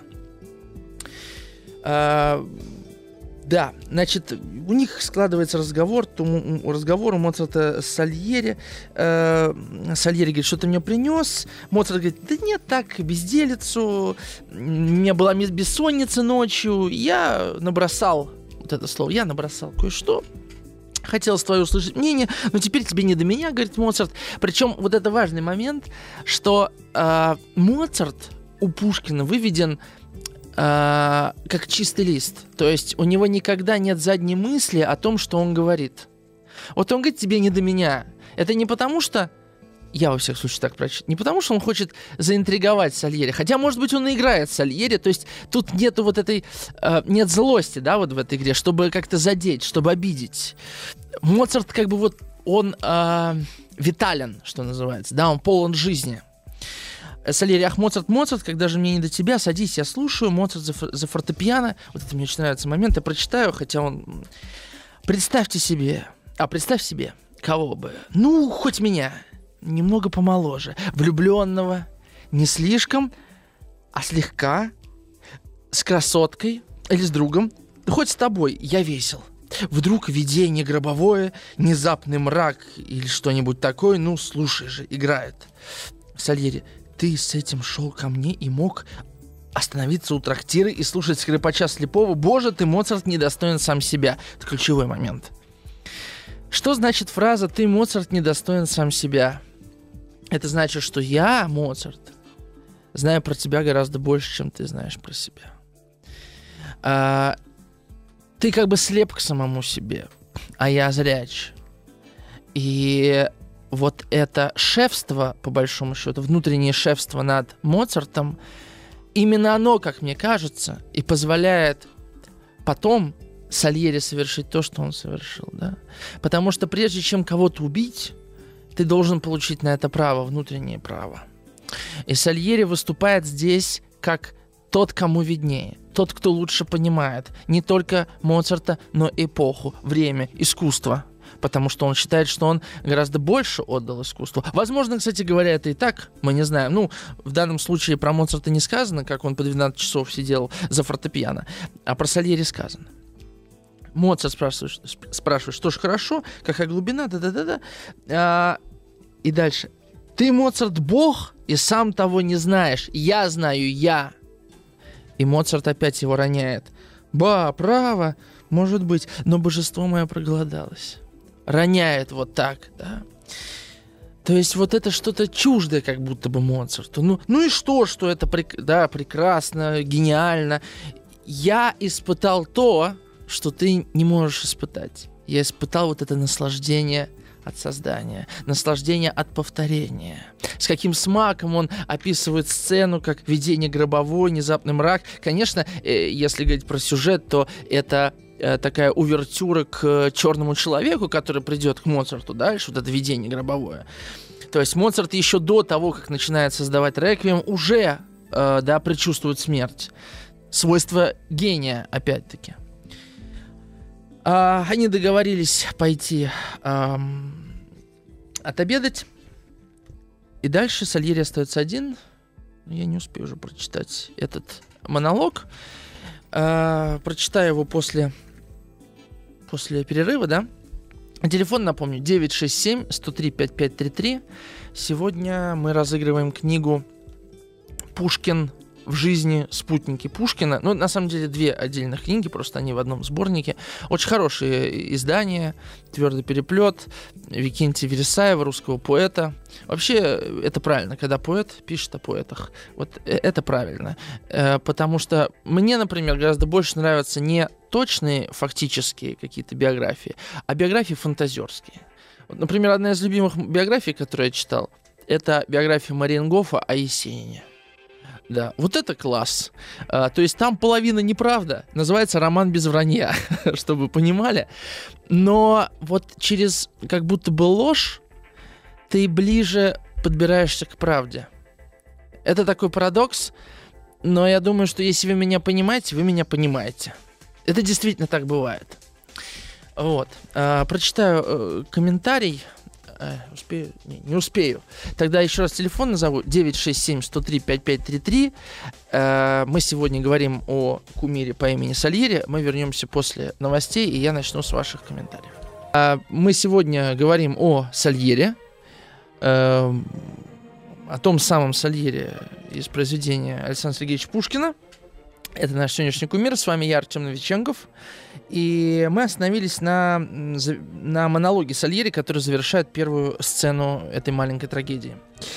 А, да, значит, у них складывается разговор, тому, разговор у Моцарта с Сальери. А, Сальери говорит: что ты мне принес? Моцарт говорит: да нет, так, безделицу. У меня была бессонница ночью. Я набросал, вот это слово, я набросал кое-что. Хотелось твое услышать мнение, но теперь тебе не до меня, говорит Моцарт. Причем вот это важный момент, что а, Моцарт у Пушкина выведен Uh, как чистый лист. То есть у него никогда нет задней мысли о том, что он говорит. Вот он говорит: тебе не до меня. Это не потому, что я во всех случаях так прочитаю, не потому что он хочет заинтриговать Сальери, хотя, может быть, он и играет Сальери, то есть тут нету вот этой, э, нет злости, да, вот в этой игре, чтобы как-то задеть, чтобы обидеть. Моцарт как бы вот, он э, витален, что называется, да, он полон жизни. Сальери, ах, Моцарт, Моцарт, когда же мне не до тебя, садись, я слушаю, Моцарт за, за фортепиано, вот это мне очень нравится момент, я прочитаю, хотя он... Представьте себе, а представь себе, кого бы, ну, хоть меня... немного помоложе, влюбленного, не слишком, а слегка, с красоткой или с другом, да хоть с тобой, я весел. Вдруг видение гробовое, внезапный мрак или что-нибудь такое, ну, слушай же, играет. Сальери, ты с этим шел ко мне и мог остановиться у трактира и слушать скрипача слепого. Боже, ты, Моцарт, недостоин сам себя. Это ключевой момент. Что значит фраза «ты, Моцарт, недостоин сам себя»? Это значит, что я, Моцарт, знаю про тебя гораздо больше, чем ты знаешь про себя. А, ты как бы слеп к самому себе, а я зряч. И вот это шефство, по большому счету, внутреннее шефство над Моцартом, именно оно, как мне кажется, и позволяет потом Сальери совершить то, что он совершил. Да? Потому что прежде чем кого-то убить, ты должен получить на это право, внутреннее право. И Сальери выступает здесь как тот, кому виднее, тот, кто лучше понимает не только Моцарта, но эпоху, время, искусство. Потому что он считает, что он гораздо больше отдал искусству. Возможно, кстати говоря, это и так, мы не знаем. Ну, в данном случае про Моцарта не сказано, как он по двенадцать часов сидел за фортепиано, а про Сальери сказано. Моцарт спрашивает, спрашивает, что ж, хорошо, какая глубина, да-да-да-да. А, и дальше. Ты, Моцарт, бог, и сам того не знаешь. Я знаю, я. И Моцарт опять его роняет. Ба, право, может быть, но божество мое проголодалось. Роняет вот так, да. То есть вот это что-то чуждое, как будто бы Моцарту. Ну, ну и что, что это прек- да, прекрасно, гениально. Я испытал то, что ты не можешь испытать. Я испытал вот это наслаждение от создания, наслаждение от повторения. С каким смаком он описывает сцену, как видение гробовое, внезапный мрак. Конечно, э, если говорить про сюжет, то это э, такая увертюра к черному человеку, который придет к Моцарту дальше, вот это видение гробовое. То есть Моцарт еще до того, как начинает создавать реквием, уже э, да, предчувствует смерть. Свойство гения, опять-таки. А, они договорились пойти эм, отобедать. И дальше Сальери остается один. Я не успею уже прочитать этот монолог. А, прочитаю его после, после перерыва, да? Телефон, напомню, девять шесть семь сто три пятьдесят пять тридцать три. Сегодня мы разыгрываем книгу «Пушкин в жизни. Спутники Пушкина». Ну, на самом деле, две отдельных книги, просто они в одном сборнике. Очень хорошие издания. «Твердый переплет», Викентия Вересаева, русского поэта. Вообще, это правильно, когда поэт пишет о поэтах. Вот это правильно. Потому что мне, например, гораздо больше нравятся не точные фактические какие-то биографии, а биографии фантазерские. Вот, например, одна из любимых биографий, которую я читал, это биография Мариенгофа о Есенине. Да, вот это класс. А, то есть там половина неправда. Называется «Роман без вранья», чтобы вы понимали. Но вот через как будто бы ложь ты ближе подбираешься к правде. Это такой парадокс, но я думаю, что если вы меня понимаете, вы меня понимаете. Это действительно так бывает. Вот. А, прочитаю э, комментарий. А, успею? Не, не успею. Тогда еще раз телефон назову. девять шесть семь сто три пятьдесят пять тридцать три. А, мы сегодня говорим о кумире по имени Сальери. Мы вернемся после новостей, и я начну с ваших комментариев. А, мы сегодня говорим о Сальери. А, о том самом Сальери из произведения Александра Сергеевича Пушкина. Это наш сегодняшний кумир. С вами я, Артем Новиченков. И мы остановились на, на монологе Сальери, который завершает первую сцену этой маленькой трагедии.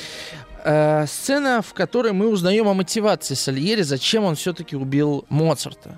Э, сцена, в которой мы узнаем о мотивации Сальери, зачем он все-таки убил Моцарта.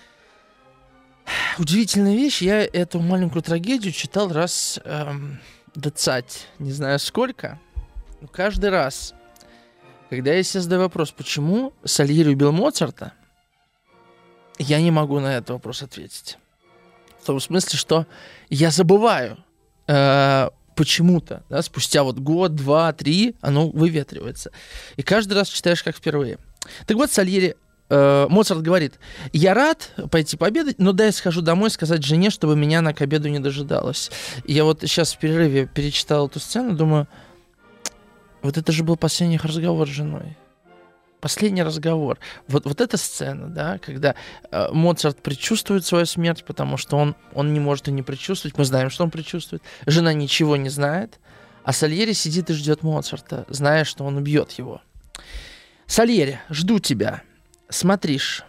Удивительная вещь. Я эту маленькую трагедию читал раз эм, двадцать, не знаю сколько. Но каждый раз, когда я себе задаю вопрос, почему Сальери убил Моцарта, я не могу на этот вопрос ответить. В том смысле, что я забываю э, почему-то, да, спустя вот год, два, три, оно выветривается. И каждый раз читаешь как впервые. Так вот, Сальери, э, Моцарт говорит: я рад пойти пообедать, но дай я схожу домой сказать жене, чтобы меня она к обеду не дожидалась. И я вот сейчас в перерыве перечитал эту сцену, думаю, вот это же был последний их разговор с женой. Последний разговор. Вот, вот эта сцена, да, когда э, Моцарт предчувствует свою смерть, потому что он, он не может и не предчувствовать. Мы знаем, что он предчувствует. Жена ничего не знает, а Сальери сидит и ждет Моцарта, зная, что он убьет его. Сальери, жду тебя. Смотришь.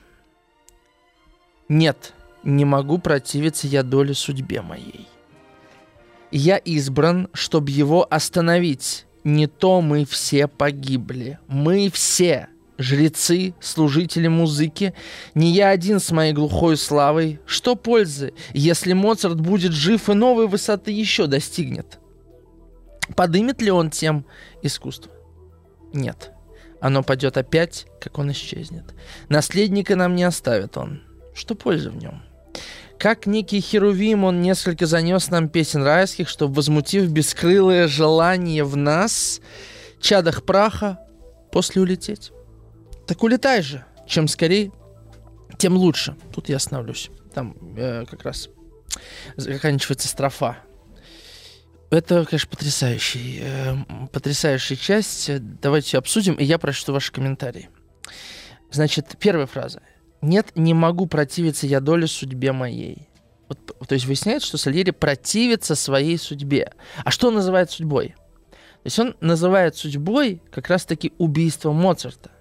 Нет, не могу противиться я доле судьбе моей. Я избран, чтобы его остановить. Не то мы все погибли. Мы все. Жрецы, служители музыки, не я один с моей глухой славой. Что пользы, если Моцарт будет жив и новой высоты еще достигнет? Подымет ли он тем искусство? Нет. Оно падет опять, как он исчезнет. Наследника нам не оставит он. Что пользы в нем? Как некий херувим, он несколько занес нам песен райских, чтобы, возмутив бескрылое желание в нас, чадах праха, после улететь. Так улетай же. Чем скорее, тем лучше. Тут я остановлюсь. Там э, как раз заканчивается строфа. Это, конечно, потрясающий, э, потрясающая часть. Давайте обсудим, и я прочту ваши комментарии. Значит, первая фраза. «Нет, не могу противиться я доле судьбе моей». Вот, то есть выясняется, что Сальери противится своей судьбе. А что он называет судьбой? То есть он называет судьбой как раз-таки убийство Моцарта.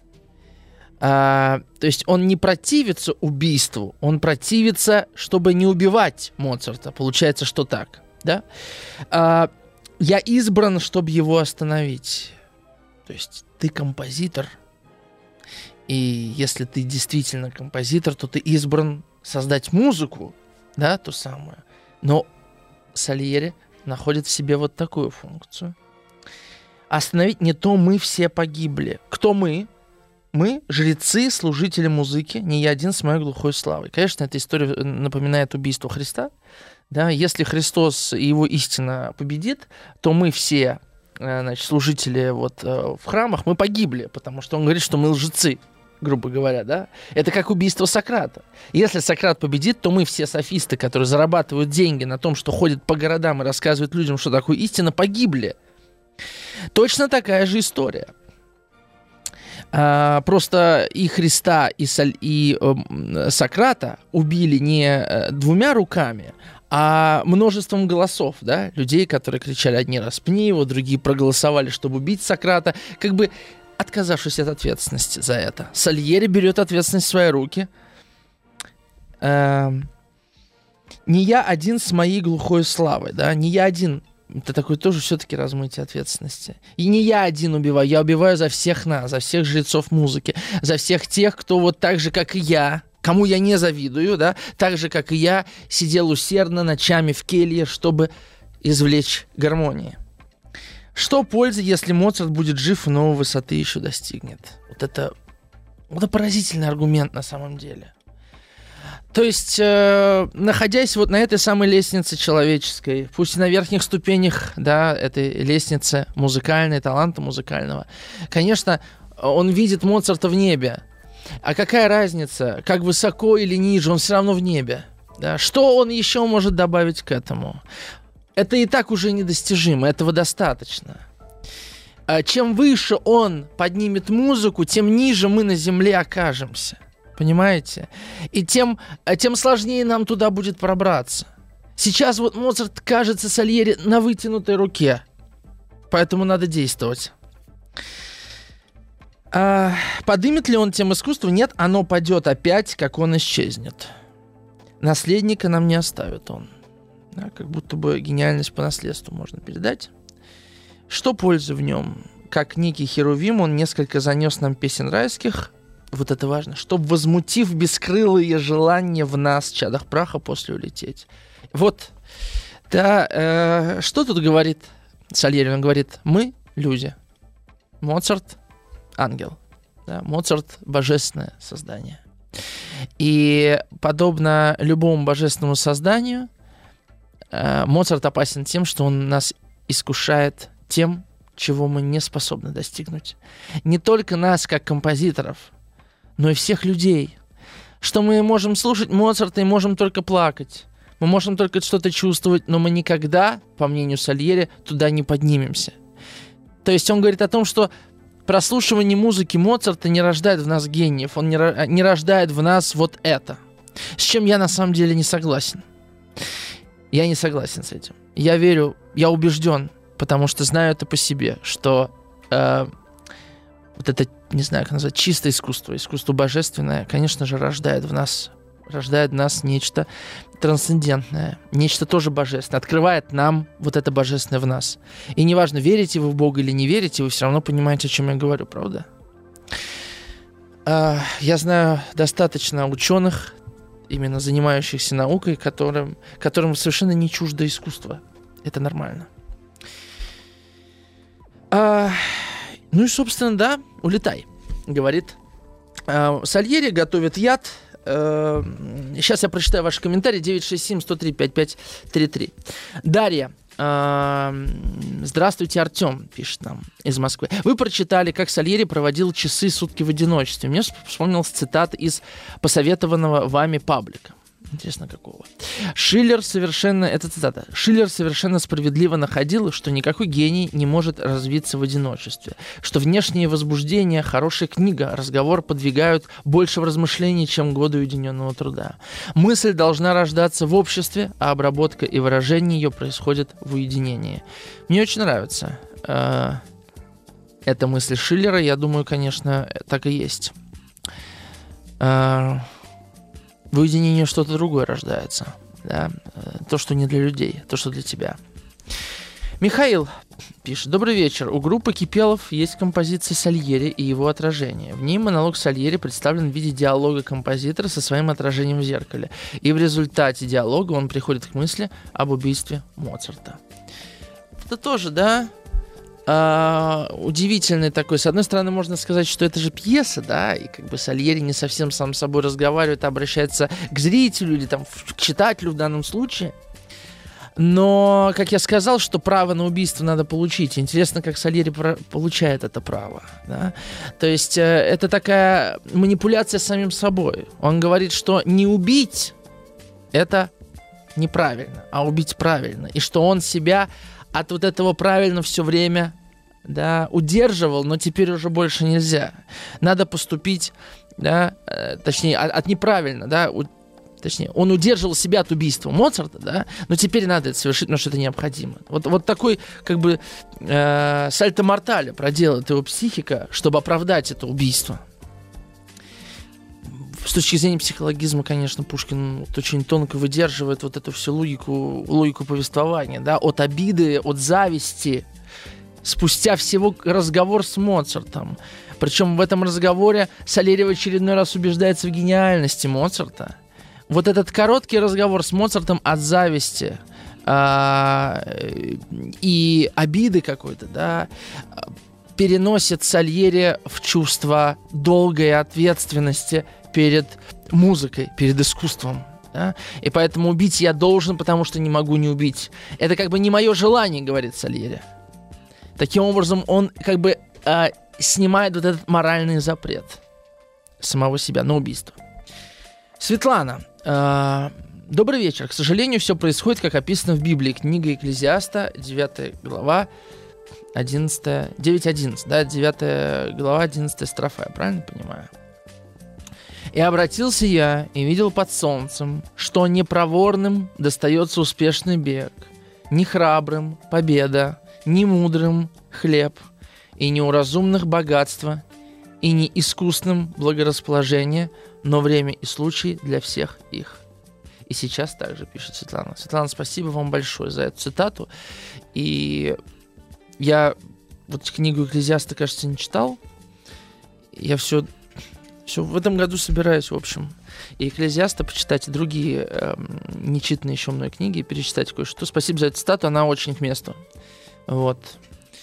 А, то есть он не противится убийству, он противится, чтобы не убивать Моцарта. Получается, что так, да? А, я избран, чтобы его остановить. То есть ты композитор, и если ты действительно композитор, то ты избран создать музыку, да, ту самую. Но Сальери находит в себе вот такую функцию. Остановить не то мы все погибли. Кто мы? Мы, жрецы, служители музыки, не я один с моей глухой славой. Конечно, эта история напоминает убийство Христа. Да? Если Христос и его истина победит, то мы все, значит, служители вот, в храмах, мы погибли, потому что он говорит, что мы лжецы, грубо говоря. Да? Это как убийство Сократа. Если Сократ победит, то мы все софисты, которые зарабатывают деньги на том, что ходят по городам и рассказывают людям, что такое истина, погибли. Точно такая же история. А, просто и Христа, и, Саль, и э, Сократа убили не э, двумя руками, а множеством голосов, да, людей, которые кричали: одни распни его, другие проголосовали, чтобы убить Сократа, как бы отказавшись от ответственности за это. Сальери берет ответственность в свои руки. Э, не я один с моей глухой славой, да, не я один. Это такое тоже все-таки размытие ответственности. И не я один убиваю, я убиваю за всех нас, за всех жрецов музыки, за всех тех, кто вот так же, как и я, кому я не завидую, да, так же, как и я, сидел усердно ночами в келье, чтобы извлечь гармонии. Что пользы, если Моцарт будет жив и новой высоты еще достигнет? Вот это, вот это поразительный аргумент на самом деле. То есть, э, находясь вот на этой самой лестнице человеческой, пусть и на верхних ступенях, да, этой лестницы музыкальной, таланта музыкального, конечно, он видит Моцарта в небе. А какая разница, как высоко или ниже, он все равно в небе. Да? Что он еще может добавить к этому? Это и так уже недостижимо, этого достаточно. А чем выше он поднимет музыку, тем ниже мы на земле окажемся. Понимаете? И тем, тем сложнее нам туда будет пробраться. Сейчас вот Моцарт кажется Сальери на вытянутой руке. Поэтому надо действовать. А, подымет ли он тем искусство? Нет, оно падет опять, как он исчезнет. Наследника нам не оставит он. Да, как будто бы гениальность по наследству можно передать. Что пользы в нем? Как некий херувим, он несколько занес нам песен райских. Вот это важно. Чтобы, возмутив бескрылые желания в нас, чадах праха, после улететь. Вот. Да, э, что тут говорит Сальери? Он говорит: мы люди. Моцарт — ангел. Да? Моцарт — божественное создание. И подобно любому божественному созданию, э, Моцарт опасен тем, что он нас искушает тем, чего мы не способны достигнуть. Не только нас, как композиторов, но и всех людей. Что мы можем слушать Моцарта и можем только плакать. Мы можем только что-то чувствовать, но мы никогда, по мнению Сальери, туда не поднимемся. То есть он говорит о том, что прослушивание музыки Моцарта не рождает в нас гениев, он не, ро- не рождает в нас вот это. С чем я на самом деле не согласен. Я не согласен с этим. Я верю, я убежден, потому что знаю это по себе, что э, вот это, не знаю, как назвать, чистое искусство, искусство божественное, конечно же, рождает в нас, рождает в нас нечто трансцендентное, нечто тоже божественное, открывает нам вот это божественное в нас. И неважно, верите вы в Бога или не верите, вы все равно понимаете, о чем я говорю, правда? Э, я знаю достаточно ученых, именно занимающихся наукой, которым, которым совершенно не чуждо искусство. Это нормально. А, ну и, собственно, да, улетай, говорит. А, Сальери готовит яд. А, сейчас я прочитаю ваши комментарии. девять шесть семь сто три пятьдесят пять тридцать три. Дарья. А, здравствуйте, Артем, пишет нам из Москвы. Вы прочитали, как Сальери проводил часы сутки в одиночестве. Мне вспомнилась цитата из посоветованного вами паблика. Интересно, какого? Шиллер совершенно... Это цитата. Шиллер совершенно справедливо находил, что никакой гений не может развиться в одиночестве. Что внешнее возбуждение, хорошая книга, разговор подвигают больше в размышлении, чем годы уединенного труда. Мысль должна рождаться в обществе, а обработка и выражение ее происходят в уединении. Мне очень нравится э, эта мысль Шиллера. Я думаю, конечно, так и есть. Э, В уединении что-то другое рождается. Да? То, что не для людей, то, что для тебя. Михаил пишет. Добрый вечер. У группы Кипелов есть композиция Сальери и его отражение. В ней монолог Сальери представлен в виде диалога композитора со своим отражением в зеркале. И в результате диалога он приходит к мысли об убийстве Моцарта. Это тоже, да... Uh, удивительный такой. С одной стороны, можно сказать, что это же пьеса, да, и как бы Сальери не совсем сам с собой разговаривает, а обращается к зрителю или там к читателю в данном случае. Но, как я сказал, что право на убийство надо получить. Интересно, как Сальери про- получает это право, да? То есть э, это такая манипуляция с самим собой. Он говорит, что не убить — это неправильно, а убить правильно. И что он себя от вот этого правильно все время, да, удерживал, но теперь уже больше нельзя. Надо поступить, да, э, точнее, от, от неправильно, да, у, точнее, он удерживал себя от убийства Моцарта, да, но теперь надо это совершить, потому что это необходимо. Вот, вот такой, как бы, э, сальто-мортале проделает его психика, чтобы оправдать это убийство. С точки зрения психологизма, конечно, Пушкин вот очень тонко выдерживает вот эту всю логику, логику повествования, да, от обиды, от зависти, спустя всего разговор с Моцартом. Причем в этом разговоре Сальери в очередной раз убеждается в гениальности Моцарта. Вот этот короткий разговор с Моцартом от зависти а, и обиды какой-то, да, переносит Сальери в чувство долгой ответственности перед музыкой, перед искусством. Да? И поэтому убить я должен, потому что не могу не убить. Это как бы не мое желание, говорит Сальери. Таким образом, он как бы э, снимает вот этот моральный запрет самого себя на убийство. Светлана. Э, добрый вечер. К сожалению, все происходит, как описано в Библии. Книга Экклезиаста, девятая глава, одиннадцатая, девять одиннадцать, да, девятая глава, одиннадцатая строфа, я правильно понимаю? «И обратился я, и видел под солнцем, что не проворным достается успешный бег, не храбрым — победа, не мудрым — хлеб, и не у разумных — богатство, и не искусным — благорасположение, но время и случай для всех их». И сейчас также пишет Светлана. Светлана, спасибо вам большое за эту цитату. И я вот книгу Экклезиаста, кажется, не читал. Я все... Все, в этом году собираюсь, в общем, и Экклезиаста почитать, и другие э, нечитанные еще мной книги, перечитать кое-что. Спасибо за эту цитату, она очень к месту. Вот.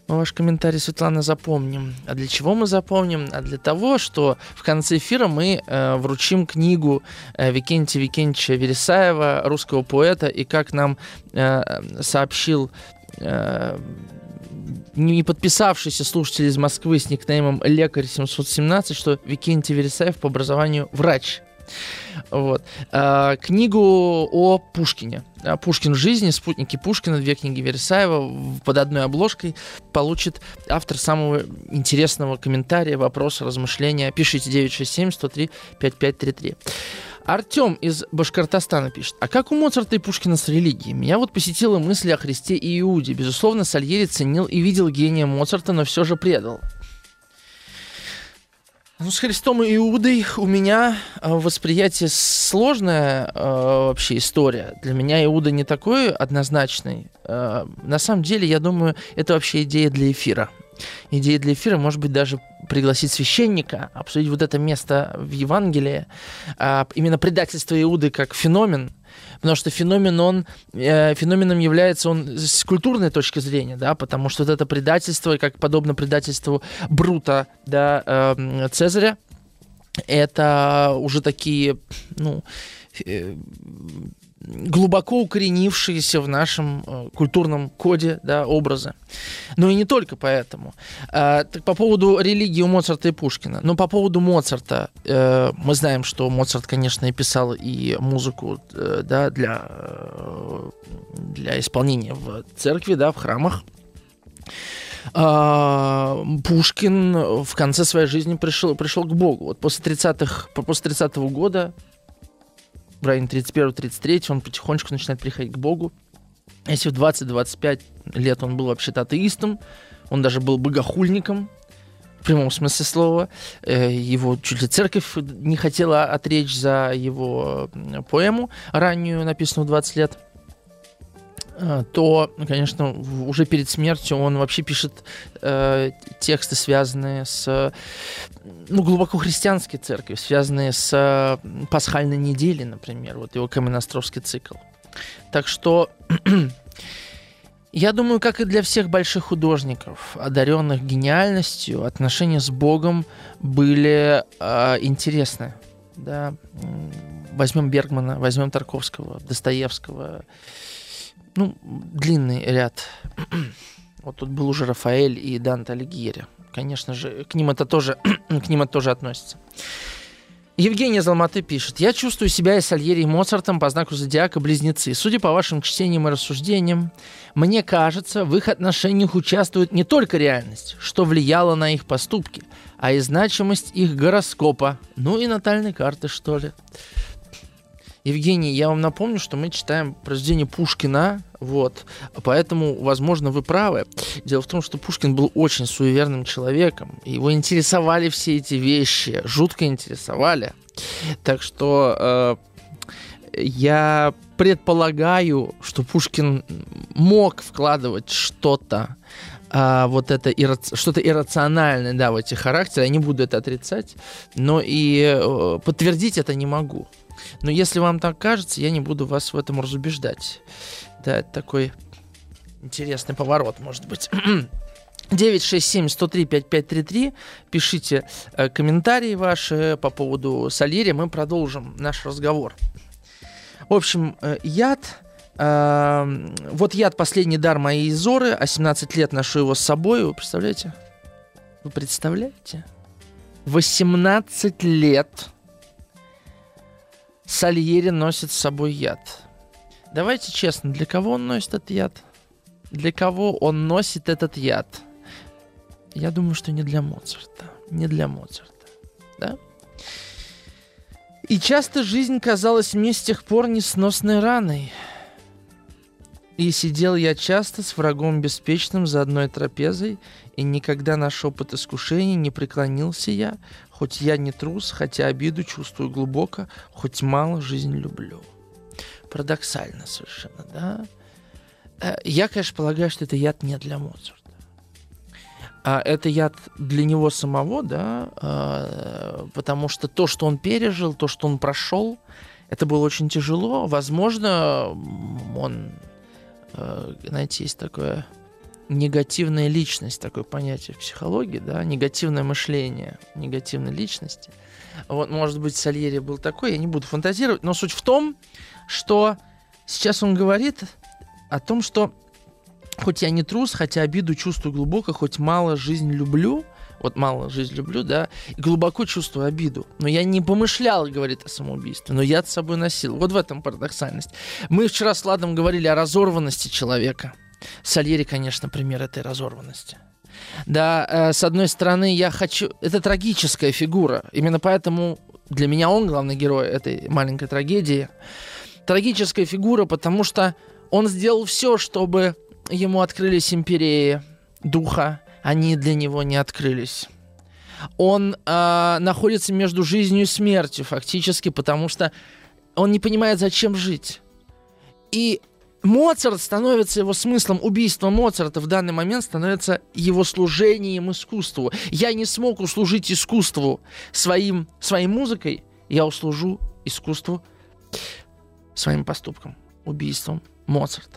Мы ваш комментарий, Светлана, запомним. А для чего мы запомним? А для того, что в конце эфира мы э, вручим книгу э, Викентия Викентьевича Вересаева, русского поэта, и как нам э, сообщил э, не подписавшийся слушатель из Москвы с никнеймом Лекарь семьсот семнадцать, что Викентий Вересаев по образованию врач. Вот. А, книгу о Пушкине. Пушкин в жизни, спутники Пушкина, две книги Вересаева под одной обложкой получит автор самого интересного комментария, вопроса, размышления. Пишите девять шесть семь сто три пятьдесят пять тридцать три. Артем из Башкортостана пишет: а как у Моцарта и Пушкина с религией? Меня вот посетила мысль о Христе и Иуде. Безусловно, Сальери ценил и видел гения Моцарта, но все же предал. Ну, с Христом и Иудой у меня восприятие сложная э, вообще история. Для меня Иуда не такой однозначный. Э, на самом деле, я думаю, это вообще идея для эфира. Идея для эфира, может быть, даже пригласить священника, обсудить вот это место в Евангелии, э, именно предательство Иуды как феномен. Потому что феномен, он, э, феноменом является он с культурной точки зрения, да, потому что вот это предательство, как подобно предательству Брута, да, э, Цезаря, это уже такие, ну, э, глубоко укоренившиеся в нашем э, культурном коде, да, образы. Но и не только поэтому. Э, так по поводу религии у Моцарта и Пушкина. Но по поводу Моцарта, э, мы знаем, что Моцарт, конечно, и писал и музыку, э, да, для, э, для исполнения в церкви, да, в храмах. Пушкин в конце своей жизни пришел, пришел к Богу. Вот после тридцатых, после тридцатого года, в районе тридцать первого тридцать третьего, он потихонечку начинает приходить к Богу. Если в двадцать-двадцать пять лет он был вообще-то атеистом, он даже был богохульником, в прямом смысле слова. Его чуть ли церковь не хотела отречь за его поэму раннюю, написанную в двадцать лет. То, конечно, уже перед смертью он вообще пишет э, тексты, связанные с, ну, глубоко христианской церковью, связанные с э, пасхальной неделей, например, вот его каменноостровский цикл. Так что, я думаю, как и для всех больших художников, одаренных гениальностью, отношения с Богом были э, интересны. Да? Возьмем Бергмана, возьмем Тарковского, Достоевского. Ну, длинный ряд. Вот тут был уже Рафаэль и Данте Алигьери. Конечно же, к ним это тоже, к ним это тоже относится. Евгений из Алматы пишет: я чувствую себя и Сальери, и Моцартом по знаку зодиака близнецы. Судя по вашим чтениям и рассуждениям, мне кажется, в их отношениях участвует не только реальность, что влияло на их поступки, а и значимость их гороскопа. Ну и натальной карты, что ли. Евгений, я вам напомню, что мы читаем произведение Пушкина, вот, поэтому, возможно, вы правы. Дело в том, что Пушкин был очень суеверным человеком, его интересовали все эти вещи, жутко интересовали. Так что э, я предполагаю, что Пушкин мог вкладывать что-то, э, вот это ирра- что-то иррациональное, да, в эти характеры. Я не буду это отрицать, но и э, подтвердить это не могу. Но если вам так кажется, я не буду вас в этом разубеждать. Да, это такой интересный поворот, может быть. девять шесть семь сто три пятьдесят пять тридцать три. Пишите э, комментарии ваши по поводу Сальери. Мы продолжим наш разговор. В общем, э, яд. Э, вот яд — последний дар моей Изоры. А семнадцать лет ношу его с собой. Вы представляете? Вы представляете? восемнадцать лет Сальери носит с собой яд. Давайте честно, для кого он носит этот яд? Для кого он носит этот яд? Я думаю, что не для Моцарта. Не для Моцарта. Да? И часто жизнь казалась мне с тех пор несносной раной. И сидел я часто с врагом беспечным за одной трапезой, и никогда на шепот искушений не преклонился я, хоть я не трус, хотя обиду чувствую глубоко, хоть мало жизнь люблю. Парадоксально совершенно, да? Я, конечно, полагаю, что это яд не для Моцарта. А это яд для него самого, да, потому что то, что он пережил, то, что он прошел, это было очень тяжело. Возможно, он, знаете, есть такое негативная личность, такое понятие в психологии, да, негативное мышление негативной личности. Вот, может быть, Сальери был такой, я не буду фантазировать, но суть в том, что сейчас он говорит о том, что хоть я не трус, хотя обиду чувствую глубоко, хоть мало жизнь люблю, вот мало жизнь люблю, да, и глубоко чувствую обиду. Но я не помышлял, говорит, о самоубийстве, но я с собой носил. Вот в этом парадоксальность. Мы вчера с Владом говорили о разорванности человека. Сальери, конечно, пример этой разорванности. Да, э, с одной стороны, я хочу... Это трагическая фигура. Именно поэтому для меня он главный герой этой маленькой трагедии. Трагическая фигура, потому что он сделал все, чтобы ему открылись империи духа. Они для него не открылись. Он э, находится между жизнью и смертью, фактически, потому что он не понимает, зачем жить. И Моцарт становится его смыслом. Убийство Моцарта в данный момент становится его служением искусству. Я не смог услужить искусству своим, своей музыкой, я услужу искусству своим поступком, убийством Моцарта.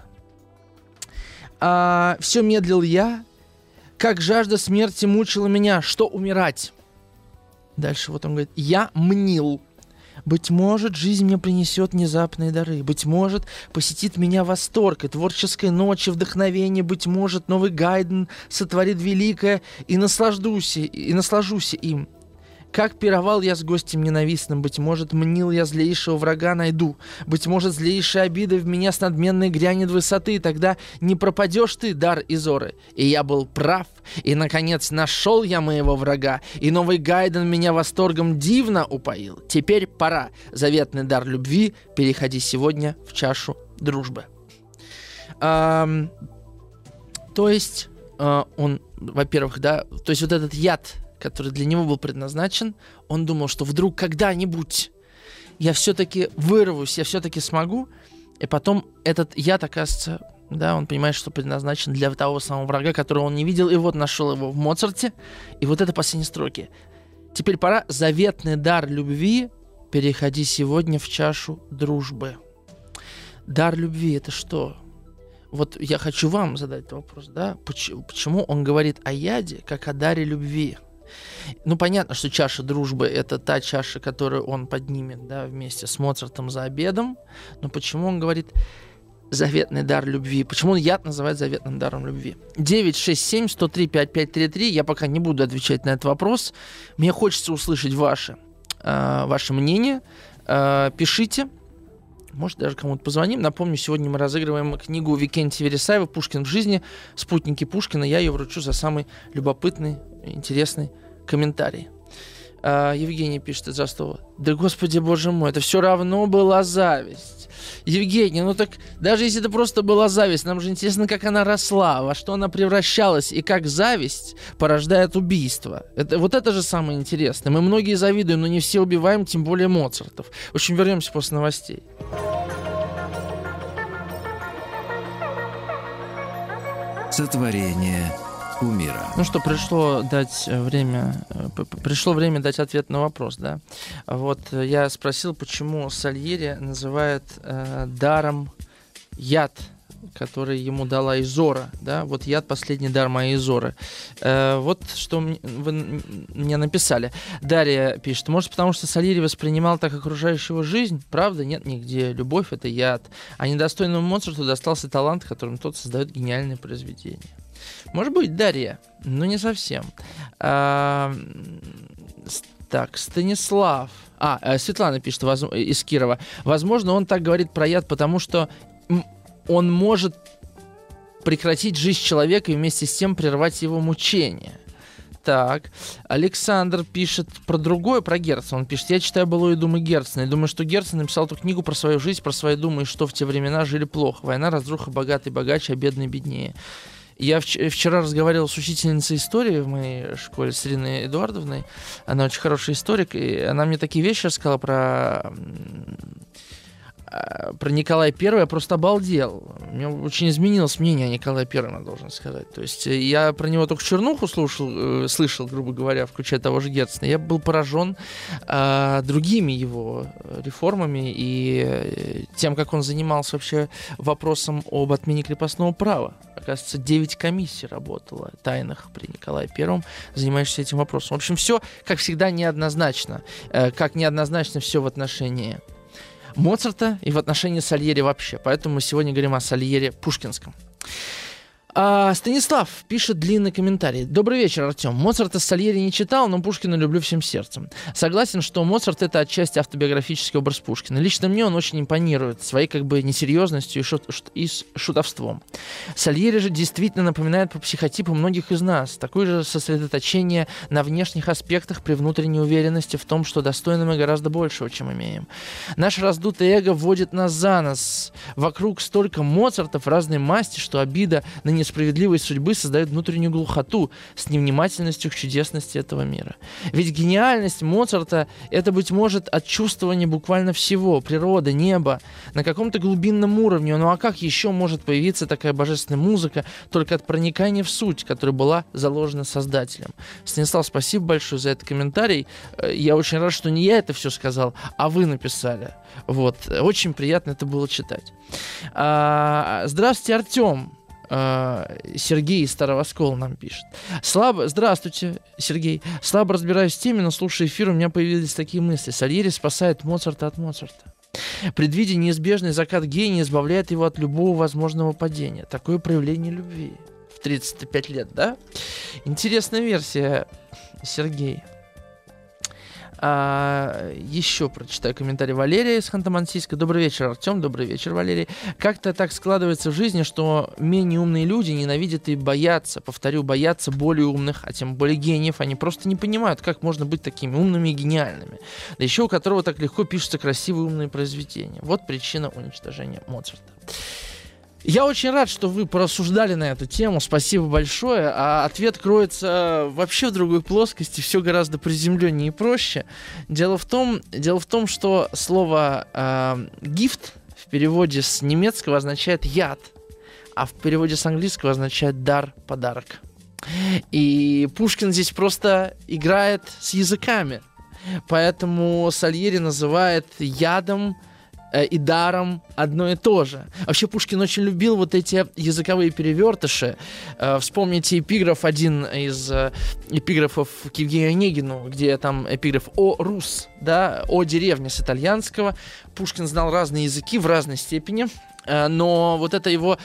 А, все медлил я, как жажда смерти мучила меня, что умирать. Дальше вот он говорит, я мнил. Быть может, жизнь мне принесет внезапные дары. Быть может, посетит меня восторг и творческой ночи, вдохновение. Быть может, новый Гайден сотворит великое, и наслаждусь, и наслажусь им. Как пировал я с гостем ненавистным, быть может, мнил я злейшего врага найду. Быть может, злейшая обида в меня с надменной грянет высоты. Тогда не пропадешь ты, дар Изоры. И я был прав, и, наконец, нашел я моего врага. И новый Гайден меня восторгом дивно упоил. Теперь пора, заветный дар любви, переходи сегодня в чашу дружбы. А, то есть, а, он, во-первых, да, то есть вот этот яд, который для него был предназначен, он думал, что вдруг когда-нибудь я все-таки вырвусь, я все-таки смогу, и потом этот яд, оказывается, да, он понимает, что предназначен для того самого врага, которого он не видел, и вот нашел его в Моцарте, и вот это последние строки. Теперь пора, заветный дар любви, переходи сегодня в чашу дружбы. Дар любви — это что? Вот я хочу вам задать вопрос, да, почему, почему он говорит о яде, как о даре любви? Ну, понятно, что чаша дружбы — это та чаша, которую он поднимет, да, вместе с Моцартом за обедом. Но почему он говорит заветный дар любви? Почему он яд называет заветным даром любви? девять шесть семь сто три пятьдесят пять тридцать три. Я пока не буду отвечать на этот вопрос. Мне хочется услышать ваше, э, ваше мнение. Э, пишите. Может, даже кому-то позвоним. Напомню, сегодня мы разыгрываем книгу Викентия Вересаева «Пушкин в жизни. Спутники Пушкина». Я ее вручу за самый любопытный, интересный комментарий. А, Евгений пишет: здравствуй. Да, Господи, Боже мой, это все равно была зависть. Евгений, ну так даже если это просто была зависть, нам же интересно, как она росла, во что она превращалась, и как зависть порождает убийство. Это, вот это же самое интересное. Мы многие завидуем, но не все убиваем, тем более Моцартов. В общем, вернемся после новостей. Сотворение умира. Ну что, пришло дать время, пришло время дать ответ на вопрос, да. Вот я спросил, почему Сальери называет э, даром яд, который ему дала Изора, да. Вот яд — последний дар моей Изоры. Э, вот что мне, вы мне написали. Дарья пишет: может, потому что Сальери воспринимал так окружающую жизнь? Правда? Нет нигде. Любовь — это яд. А недостойному Моцарту достался талант, которым тот создает гениальные произведения. Может быть, Дарья, но не совсем. А, так, Станислав. А, Светлана пишет воз... из Кирова. Возможно, он так говорит про яд, потому что он может прекратить жизнь человека и вместе с тем прервать его мучения. Так, Александр пишет про другое, про Герцена. Он пишет: я читаю «Былое думы» Герцена и думаю, что Герцен написал эту книгу про свою жизнь, про свои думы, и что в те времена жили плохо. Война, разруха, богатый богаче, а бедный беднее. Я вч- вчера разговаривал с учительницей истории в моей школе, с Ириной Эдуардовной. Она очень хороший историк, и она мне такие вещи рассказала про про Николая Первого я просто обалдел. У меня очень изменилось мнение о Николае Первом, я должен сказать. То есть я про него только чернуху слушал, э, слышал, грубо говоря, включая того же Герцена. Я был поражен э, другими его реформами и э, тем, как он занимался вообще вопросом об отмене крепостного права. Оказывается, девять комиссий работало тайных при Николае Первом, занимающихся этим вопросом. В общем, все, как всегда, неоднозначно. Э, как неоднозначно все в отношении Моцарта и в отношении Сальери вообще. Поэтому мы сегодня говорим о Сальере пушкинском. А, Станислав пишет длинный комментарий. Добрый вечер, Артем. Моцарта с Сальери не читал, но Пушкина люблю всем сердцем. Согласен, что Моцарт — это отчасти автобиографический образ Пушкина. Лично мне он очень импонирует своей как бы несерьезностью и, шут, и шутовством. Сальери же действительно напоминает по психотипу многих из нас. Такое же сосредоточение на внешних аспектах при внутренней уверенности в том, что достойны мы гораздо большего, чем имеем. Наше раздутое эго вводит нас за нос. Вокруг столько Моцартов разной масти, что обида на несправедливость справедливость судьбы создает внутреннюю глухоту с невнимательностью к чудесности этого мира. Ведь гениальность Моцарта — это, быть может, от чувствования буквально всего, природы, неба, на каком-то глубинном уровне. Ну а как еще может появиться такая божественная музыка только от проникания в суть, которая была заложена Создателем? Станислав, спасибо большое за этот комментарий. Я очень рад, что не я это все сказал, а вы написали. Вот. Очень приятно это было читать. А, здравствуйте, Артем. Сергей из Старого Оскола нам пишет. Слабо... Здравствуйте, Сергей. Слабо разбираюсь в теме, но слушая эфир, у меня появились такие мысли. Сальери спасает Моцарта от Моцарта. Предвидя неизбежный закат гения, избавляет его от любого возможного падения. Такое проявление любви. В тридцать пять лет, да? Интересная версия, Сергей. А, еще прочитаю комментарий Валерия из Ханты-Мансийска. Добрый вечер, Артем. Добрый вечер, Валерий. Как-то так складывается в жизни, что менее умные люди ненавидят и боятся, повторю, боятся более умных, а тем более гениев. Они просто не понимают, как можно быть такими умными и гениальными. Да еще у которого так легко пишутся красивые умные произведения. Вот причина уничтожения Моцарта. Я очень рад, что вы порассуждали на эту тему. Спасибо большое. А ответ кроется вообще в другой плоскости. Все гораздо приземленнее и проще. Дело в том, дело в том что слово э, «гифт» в переводе с немецкого означает «яд», а в переводе с английского означает «дар», «подарок». И Пушкин здесь просто играет с языками. Поэтому Сальери называет ядом и даром одно и то же. Вообще Пушкин очень любил вот эти языковые перевертыши. Вспомните эпиграф, один из эпиграфов к Евгению Онегину, где там эпиграф «О, Рус», да, «О, деревня» с итальянского. Пушкин знал разные языки в разной степени, но вот это его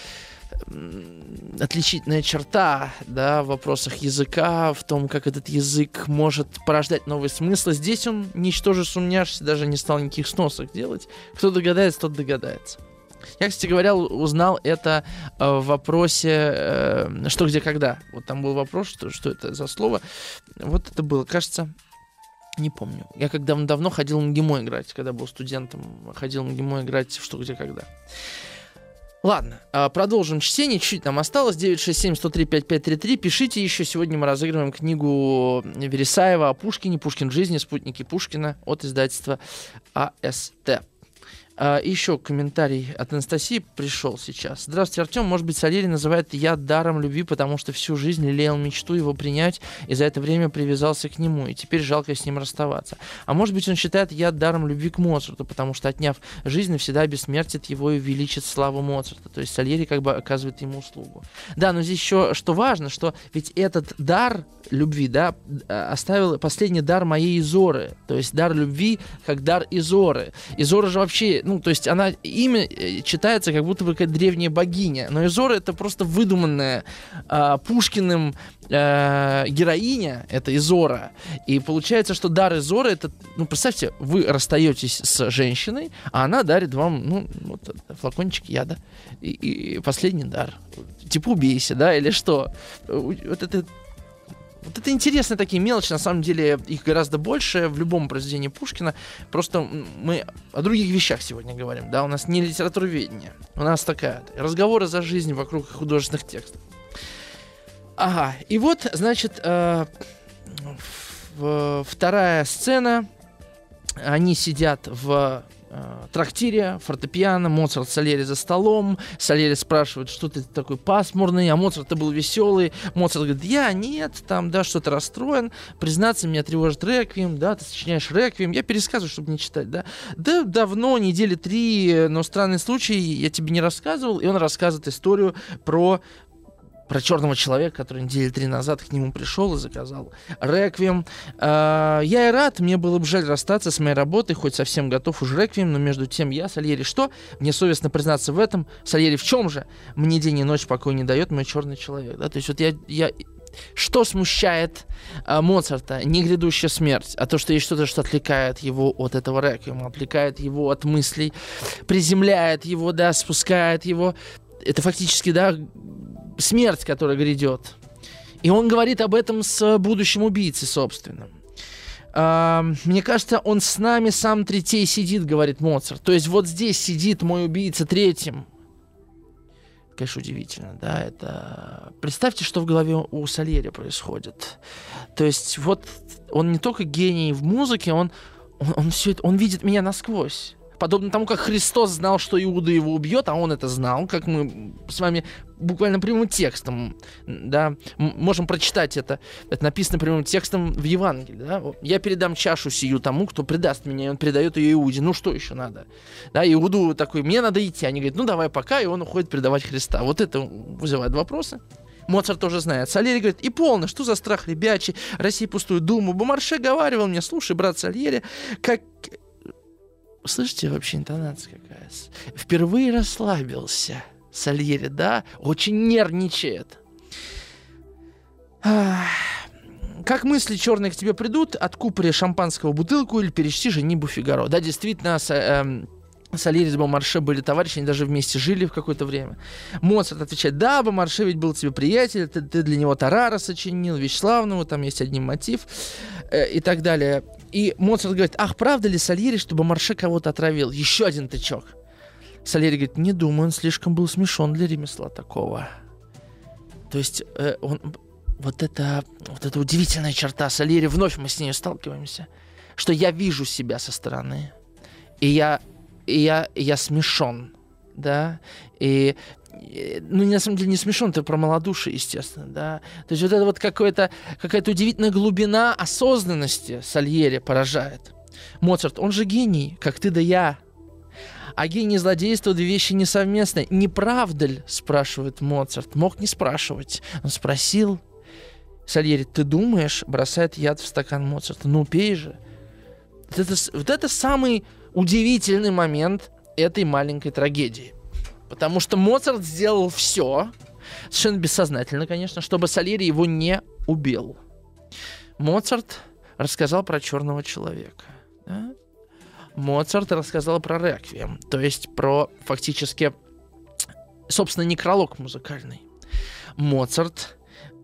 отличительная черта, да, в вопросах языка, в том, как этот язык может порождать новые смыслы. Здесь он, ничтоже сумняшься, даже не стал никаких сносок делать. Кто догадается, тот догадается. Я, кстати говоря, узнал это э, в вопросе э, «Что, где, когда». Вот там был вопрос, что, что это за слово. Вот это было, кажется... Не помню. Я когда давно ходил в МГИМО играть, когда был студентом, ходил в МГИМО играть в «Что, где, когда». Ладно, продолжим чтение. Чуть нам осталось. девять шесть семь сто три пять пять три три. Пишите еще. Сегодня мы разыгрываем книгу Вересаева о Пушкине. «Пушкин в жизни. Спутники Пушкина» от издательства А С Т. А, еще комментарий от Анастасии пришел сейчас. Здравствуйте, Артем. Может быть, Сальери называет яд даром любви, потому что всю жизнь лелеял мечту его принять и за это время привязался к нему, и теперь жалко с ним расставаться. А может быть, он считает яд даром любви к Моцарту, потому что, отняв жизнь, навсегда бессмертит его и увеличит славу Моцарта. То есть Сальери как бы оказывает ему услугу. Да, но здесь еще что важно, что ведь этот дар любви, да, оставил последний дар моей Изоры. То есть дар любви как дар Изоры. Изора же вообще... Ну, то есть она, имя читается как будто бы какая-то древняя богиня, но Изора — это просто выдуманная э, Пушкиным э, героиня, это Изора. И получается, что дар Изоры — это, ну, представьте, вы расстаетесь с женщиной, а она дарит вам, ну, вот, флакончик яда. И, и последний дар. Типа убейся, да, или что? Вот это... Вот это интересные такие мелочи, на самом деле их гораздо больше в любом произведении Пушкина. Просто мы о других вещах сегодня говорим, да, у нас не литературоведение, у нас такая разговоры за жизнь вокруг художественных текстов. Ага, и вот, значит, э, в, вторая сцена, они сидят в э, трактире, фортепиано, Моцарт, Сальери за столом. Сальери спрашивает, что ты такой пасмурный, а Моцарт ты был веселый. Моцарт говорит, я нет, там, да, что-то расстроен. Признаться, меня тревожит реквием, да, ты сочиняешь реквием. Я пересказываю, чтобы не читать, да. Да, давно, недели три, но странный случай, я тебе не рассказывал. И он рассказывает историю про... про черного человека, который недели три назад к нему пришел и заказал реквием. А, я и рад, мне было бы жаль расстаться с моей работой, хоть совсем готов уже реквием, но между тем я, Сальери, что? Мне совестно признаться в этом. Сальери, в чем же? Мне день и ночь покой не дает мой черный человек. Да? То есть вот я... я... Что смущает а, Моцарта? Не грядущая смерть, а то, что есть что-то, что отвлекает его от этого реквиема, отвлекает его от мыслей, приземляет его, да, спускает его. Это фактически, да, смерть, которая грядет. И он говорит об этом с будущим убийцей, собственно. А, мне кажется, он с нами сам третей сидит, говорит Моцарт. То есть вот здесь сидит мой убийца третьим. Конечно, удивительно, да, это... Представьте, что в голове у Сальери происходит. То есть вот он не только гений в музыке, он, он, он, все это, он видит меня насквозь. Подобно тому, как Христос знал, что Иуда его убьет, а он это знал, как мы с вами буквально прямым текстом, да, можем прочитать это. Это написано прямым текстом в Евангелии, да. «Я передам чашу сию тому, кто предаст меня», и он передает ее Иуде. Ну, что еще надо? Да, Иуду такой, мне надо идти. Они говорят, ну, давай пока, и он уходит предавать Христа. Вот это вызывает вопросы. Моцарт тоже знает. Сальери говорит, и полно, что за страх ребячий, Россия пустую думу. Бомарше говаривал мне, слушай, брат Сальери, как... Слышите, вообще интонация какая? Впервые расслабился Сальери, да? Очень нервничает. Ах. Как мысли черные к тебе придут, откупори шампанского бутылку или перечти «Женитьбу Фигаро». Да, действительно, с, э, Сальери с Бомарше были товарищи, они даже вместе жили в какое-то время. Моцарт отвечает, да, Бомарше ведь был тебе приятель, ты, ты для него Тарара сочинил, вещь славного, там есть один мотив э, и так далее. И Моцарт говорит, ах, правда ли, Сальери, что Бомарше кого-то отравил? Еще один тычок. Сальери говорит, не думаю, он слишком был смешон для ремесла такого. То есть э, он... Вот это, вот это удивительная черта Сальери, вновь мы с ней сталкиваемся, что я вижу себя со стороны, и я, и я, и я смешон, да, и, и, ну, на самом деле не смешон, это про малодушие, естественно, да, то есть вот это вот какое-то, какая-то удивительная глубина осознанности Сальери поражает. Моцарт, он же гений, как ты да я, а гений и злодейство — две вещи несовместные. Не правда ли, спрашивает Моцарт, мог не спрашивать, он спросил. Сальери, ты думаешь, бросает яд в стакан Моцарта. Ну, пей же. Вот это, вот это самый удивительный момент этой маленькой трагедии. Потому что Моцарт сделал все, совершенно бессознательно, конечно, чтобы Сальери его не убил. Моцарт рассказал про черного человека. Да? Моцарт рассказал про реквием, то есть про фактически, собственно, некролог музыкальный. Моцарт...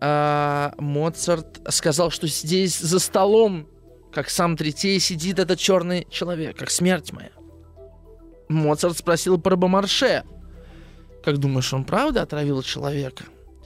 А, Моцарт сказал, что здесь за столом, как сам Третей, сидит этот черный человек, как смерть моя. Моцарт спросил про Бомарше. Как думаешь, он правда отравил человека?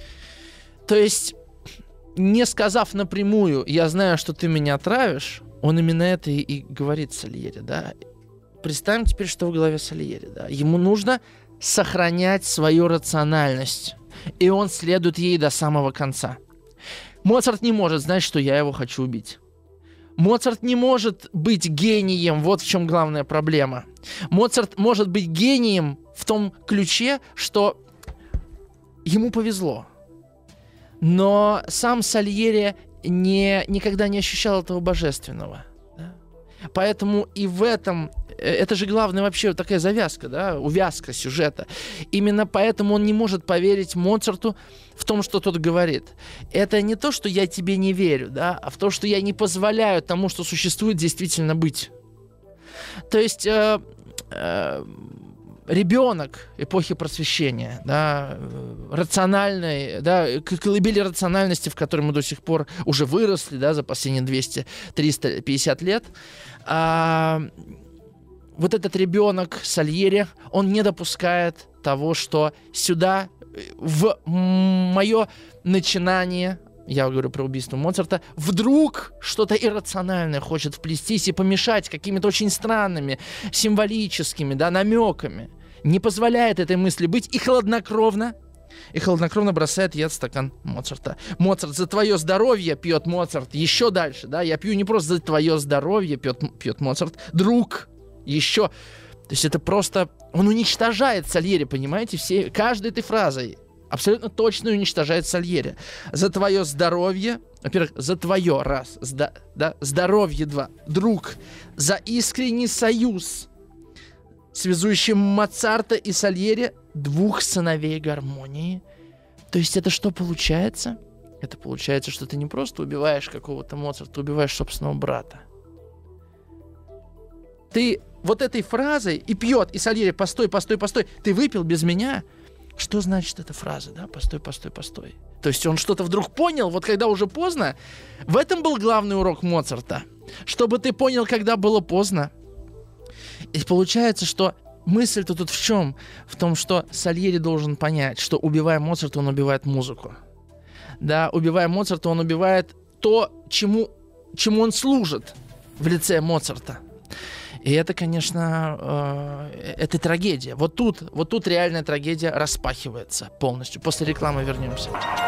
То есть, не сказав напрямую, я знаю, что ты меня отравишь, он именно это и, и говорит Сальери, да. Представим теперь, что в голове Сальери, да. Ему нужно сохранять свою рациональность. И он следует ей до самого конца. Моцарт не может знать, что я его хочу убить. Моцарт не может быть гением, вот в чем главная проблема. Моцарт может быть гением в том ключе, что ему повезло. Но сам Сальери не, никогда не ощущал этого божественного. Да? Поэтому и в этом... Это же главная вообще такая завязка, да, увязка сюжета. Именно поэтому он не может поверить Моцарту в том, что тот говорит. Это не то, что я тебе не верю, да, а в то, что я не позволяю тому, что существует, действительно быть. То есть э, э, ребенок эпохи Просвещения, да, рациональной, да, колыбели рациональности, в которой мы до сих пор уже выросли, да, за последние двести триста пятьдесят лет, а, вот этот ребенок Сальери, он не допускает того, что сюда, в мое начинание, я говорю про убийство Моцарта, вдруг что-то иррациональное хочет вплестись и помешать какими-то очень странными, символическими, да, намеками. Не позволяет этой мысли быть и хладнокровно, и хладнокровно бросает яд в стакан Моцарта. Моцарт, за твое здоровье пьет Моцарт. Еще дальше, да, я пью не просто за твое здоровье пьет, пьет Моцарт. Друг, еще. То есть это просто... Он уничтожает Сальери, понимаете? Все, каждой этой фразой абсолютно точно уничтожает Сальери. За твое здоровье, во-первых, за твое, раз, сда, да, здоровье, два, друг, за искренний союз, связующий Моцарта и Сальери, двух сыновей гармонии. То есть это что получается? Это получается, что ты не просто убиваешь какого-то Моцарта, ты убиваешь собственного брата. Ты вот этой фразой и пьет, и Сальери, постой, постой, постой, ты выпил без меня. Что значит эта фраза, да? Постой, постой, постой. То есть он что-то вдруг понял, вот когда уже поздно. В этом был главный урок Моцарта. Чтобы ты понял, когда было поздно. И получается, что мысль-то тут в чем? В том, что Сальери должен понять, что убивая Моцарта, он убивает музыку. Да, убивая Моцарта, он убивает то, чему, чему он служит в лице Моцарта. И это, конечно, э, это трагедия. Вот тут, вот тут реальная трагедия распахивается полностью. После рекламы вернемся.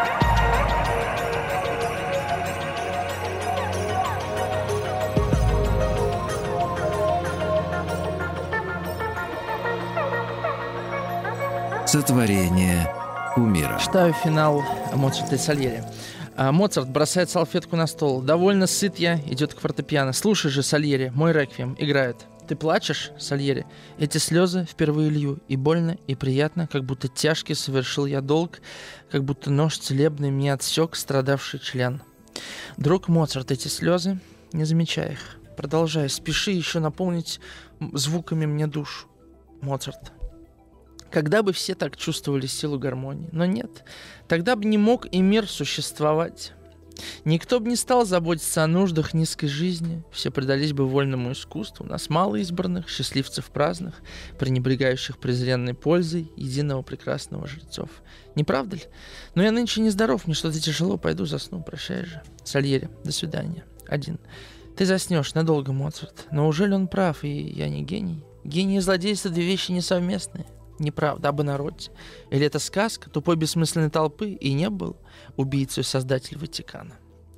Сотворение кумира. Читаю финал Моцарта и Сальери. А, Моцарт бросает салфетку на стол. Довольно сыт я, идет к фортепиано. Слушай же, Сальери, мой реквием играет. Ты плачешь, Сальери? Эти слезы впервые лью. И больно, и приятно, как будто тяжкий совершил я долг, как будто нож целебный мне отсек страдавший член. Друг Моцарт, эти слезы, не замечай их. Продолжай, спеши еще наполнить звуками мне душу. Моцарт. Когда бы все так чувствовали силу гармонии. Но нет, тогда бы не мог и мир существовать. Никто бы не стал заботиться о нуждах низкой жизни. Все предались бы вольному искусству. Нас мало избранных, счастливцев праздных, пренебрегающих презренной пользой единого прекрасного жрецов. Не правда ли? Но я нынче нездоров, мне что-то тяжело, пойду засну, прощай же. Сальери, до свидания. Один. Ты заснешь надолго, Моцарт. Но ужели он прав, и я не гений? Гений и злодейство — две вещи несовместные. Неправда, об народе. Или это сказка тупой бессмысленной толпы, и не был убийцей создатель Ватикана.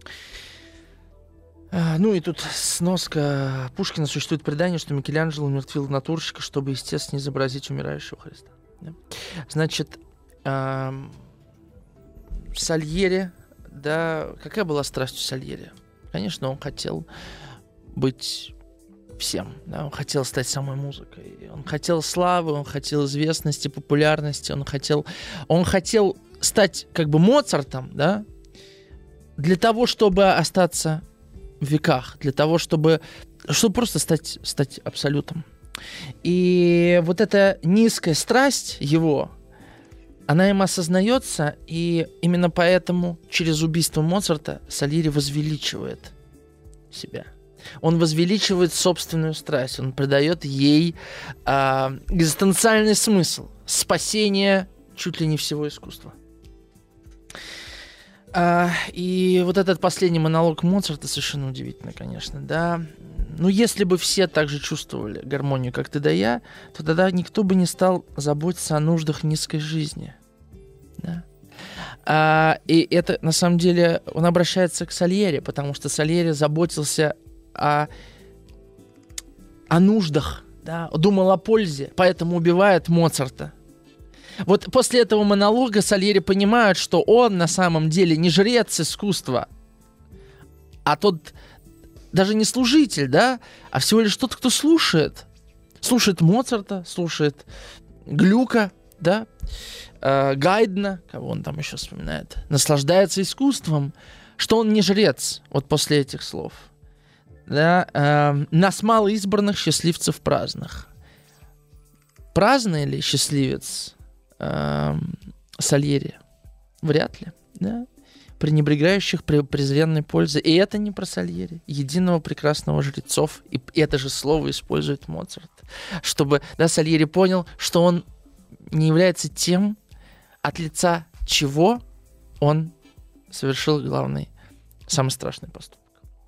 А, ну и тут сноска Пушкина. Существует предание, что Микеланджело умертвил натурщика, чтобы, естественно, изобразить умирающего Христа. Да? Значит, эм, Сальери, да, какая была страсть у Сальери? Конечно, он хотел быть всем, да, он хотел стать самой музыкой, он хотел славы, он хотел известности, популярности, он хотел, он хотел стать как бы Моцартом, да, для того, чтобы остаться в веках, для того, чтобы, чтобы просто стать, стать абсолютом. И вот эта низкая страсть его, она им осознается, и именно поэтому через убийство Моцарта Сальери возвеличивает себя. Он возвеличивает собственную страсть, он придает ей э, экзистенциальный смысл, спасение чуть ли не всего искусства. А, и вот этот последний монолог Моцарта совершенно удивительно, конечно, да. Ну, если бы все так же чувствовали гармонию, как ты да я, то тогда никто бы не стал заботиться о нуждах низкой жизни. Да? А, и это, на самом деле, он обращается к Сальери, потому что Сальери заботился О, о нуждах, да, думал о пользе, поэтому убивает Моцарта. Вот после этого монолога Сальери понимает, что он на самом деле не жрец искусства, а тот даже не служитель, да, а всего лишь тот, кто слушает. Слушает Моцарта, слушает Глюка, да, э, Гайдна, кого он там еще вспоминает, наслаждается искусством, что он не жрец, вот после этих слов. Да, э, нас мало избранных, счастливцев праздных. Праздный ли счастливец э, Сальери? Вряд ли, да? Пренебрегающих презренной пользой. И это не про Сальери. Единого прекрасного жрецов. И это же слово использует Моцарт. Чтобы, да, Сальери понял, что он не является тем, от лица чего он совершил главный, самый страшный поступок.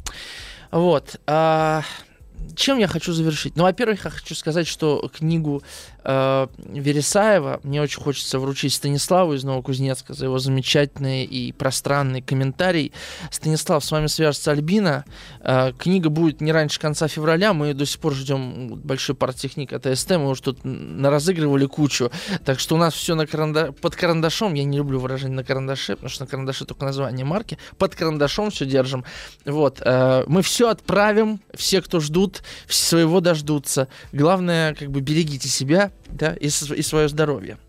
Вот. А, чем я хочу завершить? Ну, во-первых, я хочу сказать, что книгу э, Вересаева мне очень хочется вручить Станиславу из Новокузнецка за его замечательный и пространный комментарий. Станислав, с вами свяжется Альбина. Э, книга будет не раньше конца февраля. Мы до сих пор ждем большой партии книг от АСТ. Мы уже тут наразыгрывали кучу. Так что у нас все на каранда... под карандашом. Я не люблю выражение на карандаше, потому что на карандаше только название марки. Под карандашом все держим. Вот. Э, мы все отправим. Все, кто ждут, своего дождутся. Главное, как бы берегите себя, да, и, и свое здоровье.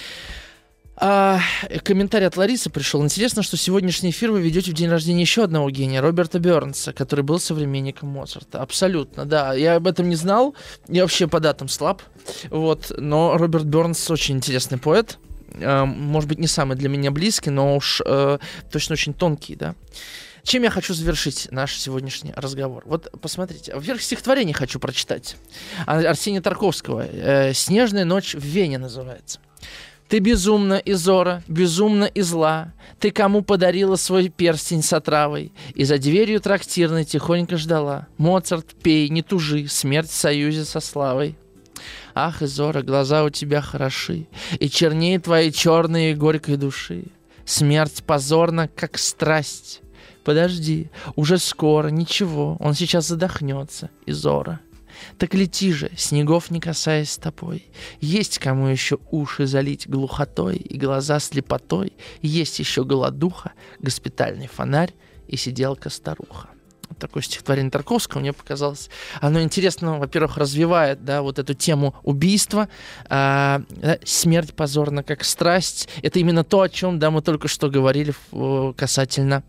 А, комментарий от Ларисы пришел. Интересно, что сегодняшний эфир вы ведете в день рождения еще одного гения, Роберта Бернса, который был современником Моцарта. Абсолютно, да. Я об этом не знал. Я вообще по датам слаб. Вот. Но Роберт Бернс очень интересный поэт. А, может быть, не самый для меня близкий, но уж а, точно очень тонкий, да. Чем я хочу завершить наш сегодняшний разговор? Вот посмотрите. Во-первых, стихотворение хочу прочитать. Арсения Тарковского. «Снежная ночь в Вене» называется. «Ты безумна и зора, безумна и зла. Ты кому подарила свой перстень с отравой и за дверью трактирной тихонько ждала. Моцарт, пей, не тужи, смерть в союзе со славой. Ах, Изора, глаза у тебя хороши, и чернее твоей черной и горькой души. Смерть позорна, как страсть. Подожди, уже скоро, ничего, он сейчас задохнется, Изора. Так лети же, снегов не касаясь стопой. Есть кому еще уши залить глухотой и глаза слепотой. Есть еще голодуха, госпитальный фонарь и сиделка-старуха». Вот такое стихотворение Тарковского мне показалось. Оно интересно, во-первых, развивает, да, вот эту тему убийства. А, да, смерть позорна, как страсть. Это именно то, о чем, да, мы только что говорили касательно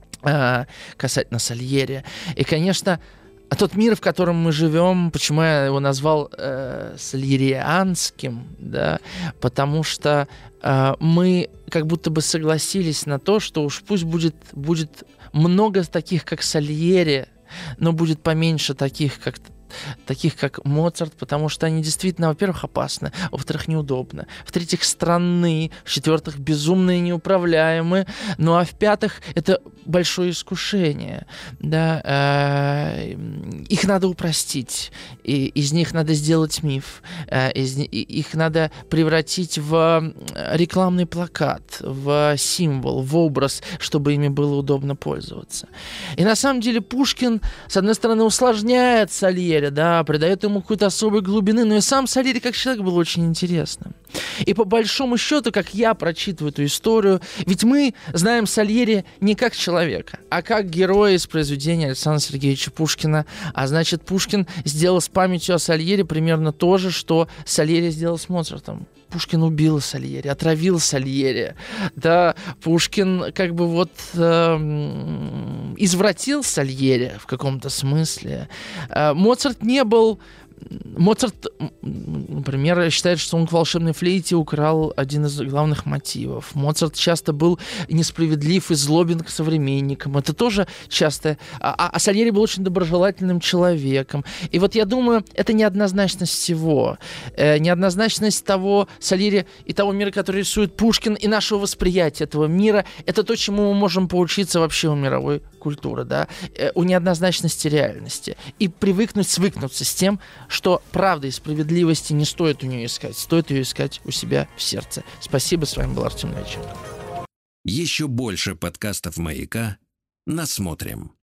касательно Сальери. И, конечно, тот мир, в котором мы живем, почему я его назвал э, сальерианским, да, потому что э, мы как будто бы согласились на то, что уж пусть будет, будет много таких, как Сальери, но будет поменьше таких, как таких как Моцарт, потому что они действительно, во-первых, опасны, во-вторых, неудобны, в-третьих, странны, в-четвертых, безумные и неуправляемые, ну а в-пятых, это большое искушение, да, э, их надо упростить, и из них надо сделать миф, э, из, их надо превратить в рекламный плакат, в символ, в образ, чтобы ими было удобно пользоваться. И на самом деле Пушкин, с одной стороны, усложняет Сальери, да, придает ему какой-то особой глубины, но и сам Сальери как человек был очень интересным. И по большому счету, как я прочитываю эту историю, ведь мы знаем Сальери не как человека, а как героя из произведения Александра Сергеевича Пушкина. А значит, Пушкин сделал с памятью о Сальери примерно то же, что Сальери сделал с Моцартом. Пушкин убил Сальери, отравил Сальери. Да, Пушкин как бы вот э, извратил Сальери в каком-то смысле. Э, Моцарт не был... Моцарт, например, считает, что он к волшебной флейте украл один из главных мотивов. Моцарт часто был несправедлив и злобен к современникам. Это тоже часто... А, а Сальери был очень доброжелательным человеком. И вот я думаю, это неоднозначность всего. Э, неоднозначность того Сальери и того мира, который рисует Пушкин, и нашего восприятия этого мира. Это то, чему мы можем поучиться вообще у мировой культуры, да? Э, у неоднозначности реальности. И привыкнуть, свыкнуться с тем, что правды и справедливости не стоит у нее искать, стоит ее искать у себя в сердце. Спасибо, с вами был Артем Новиченко. Еще больше подкастов «Маяка» насмотрим.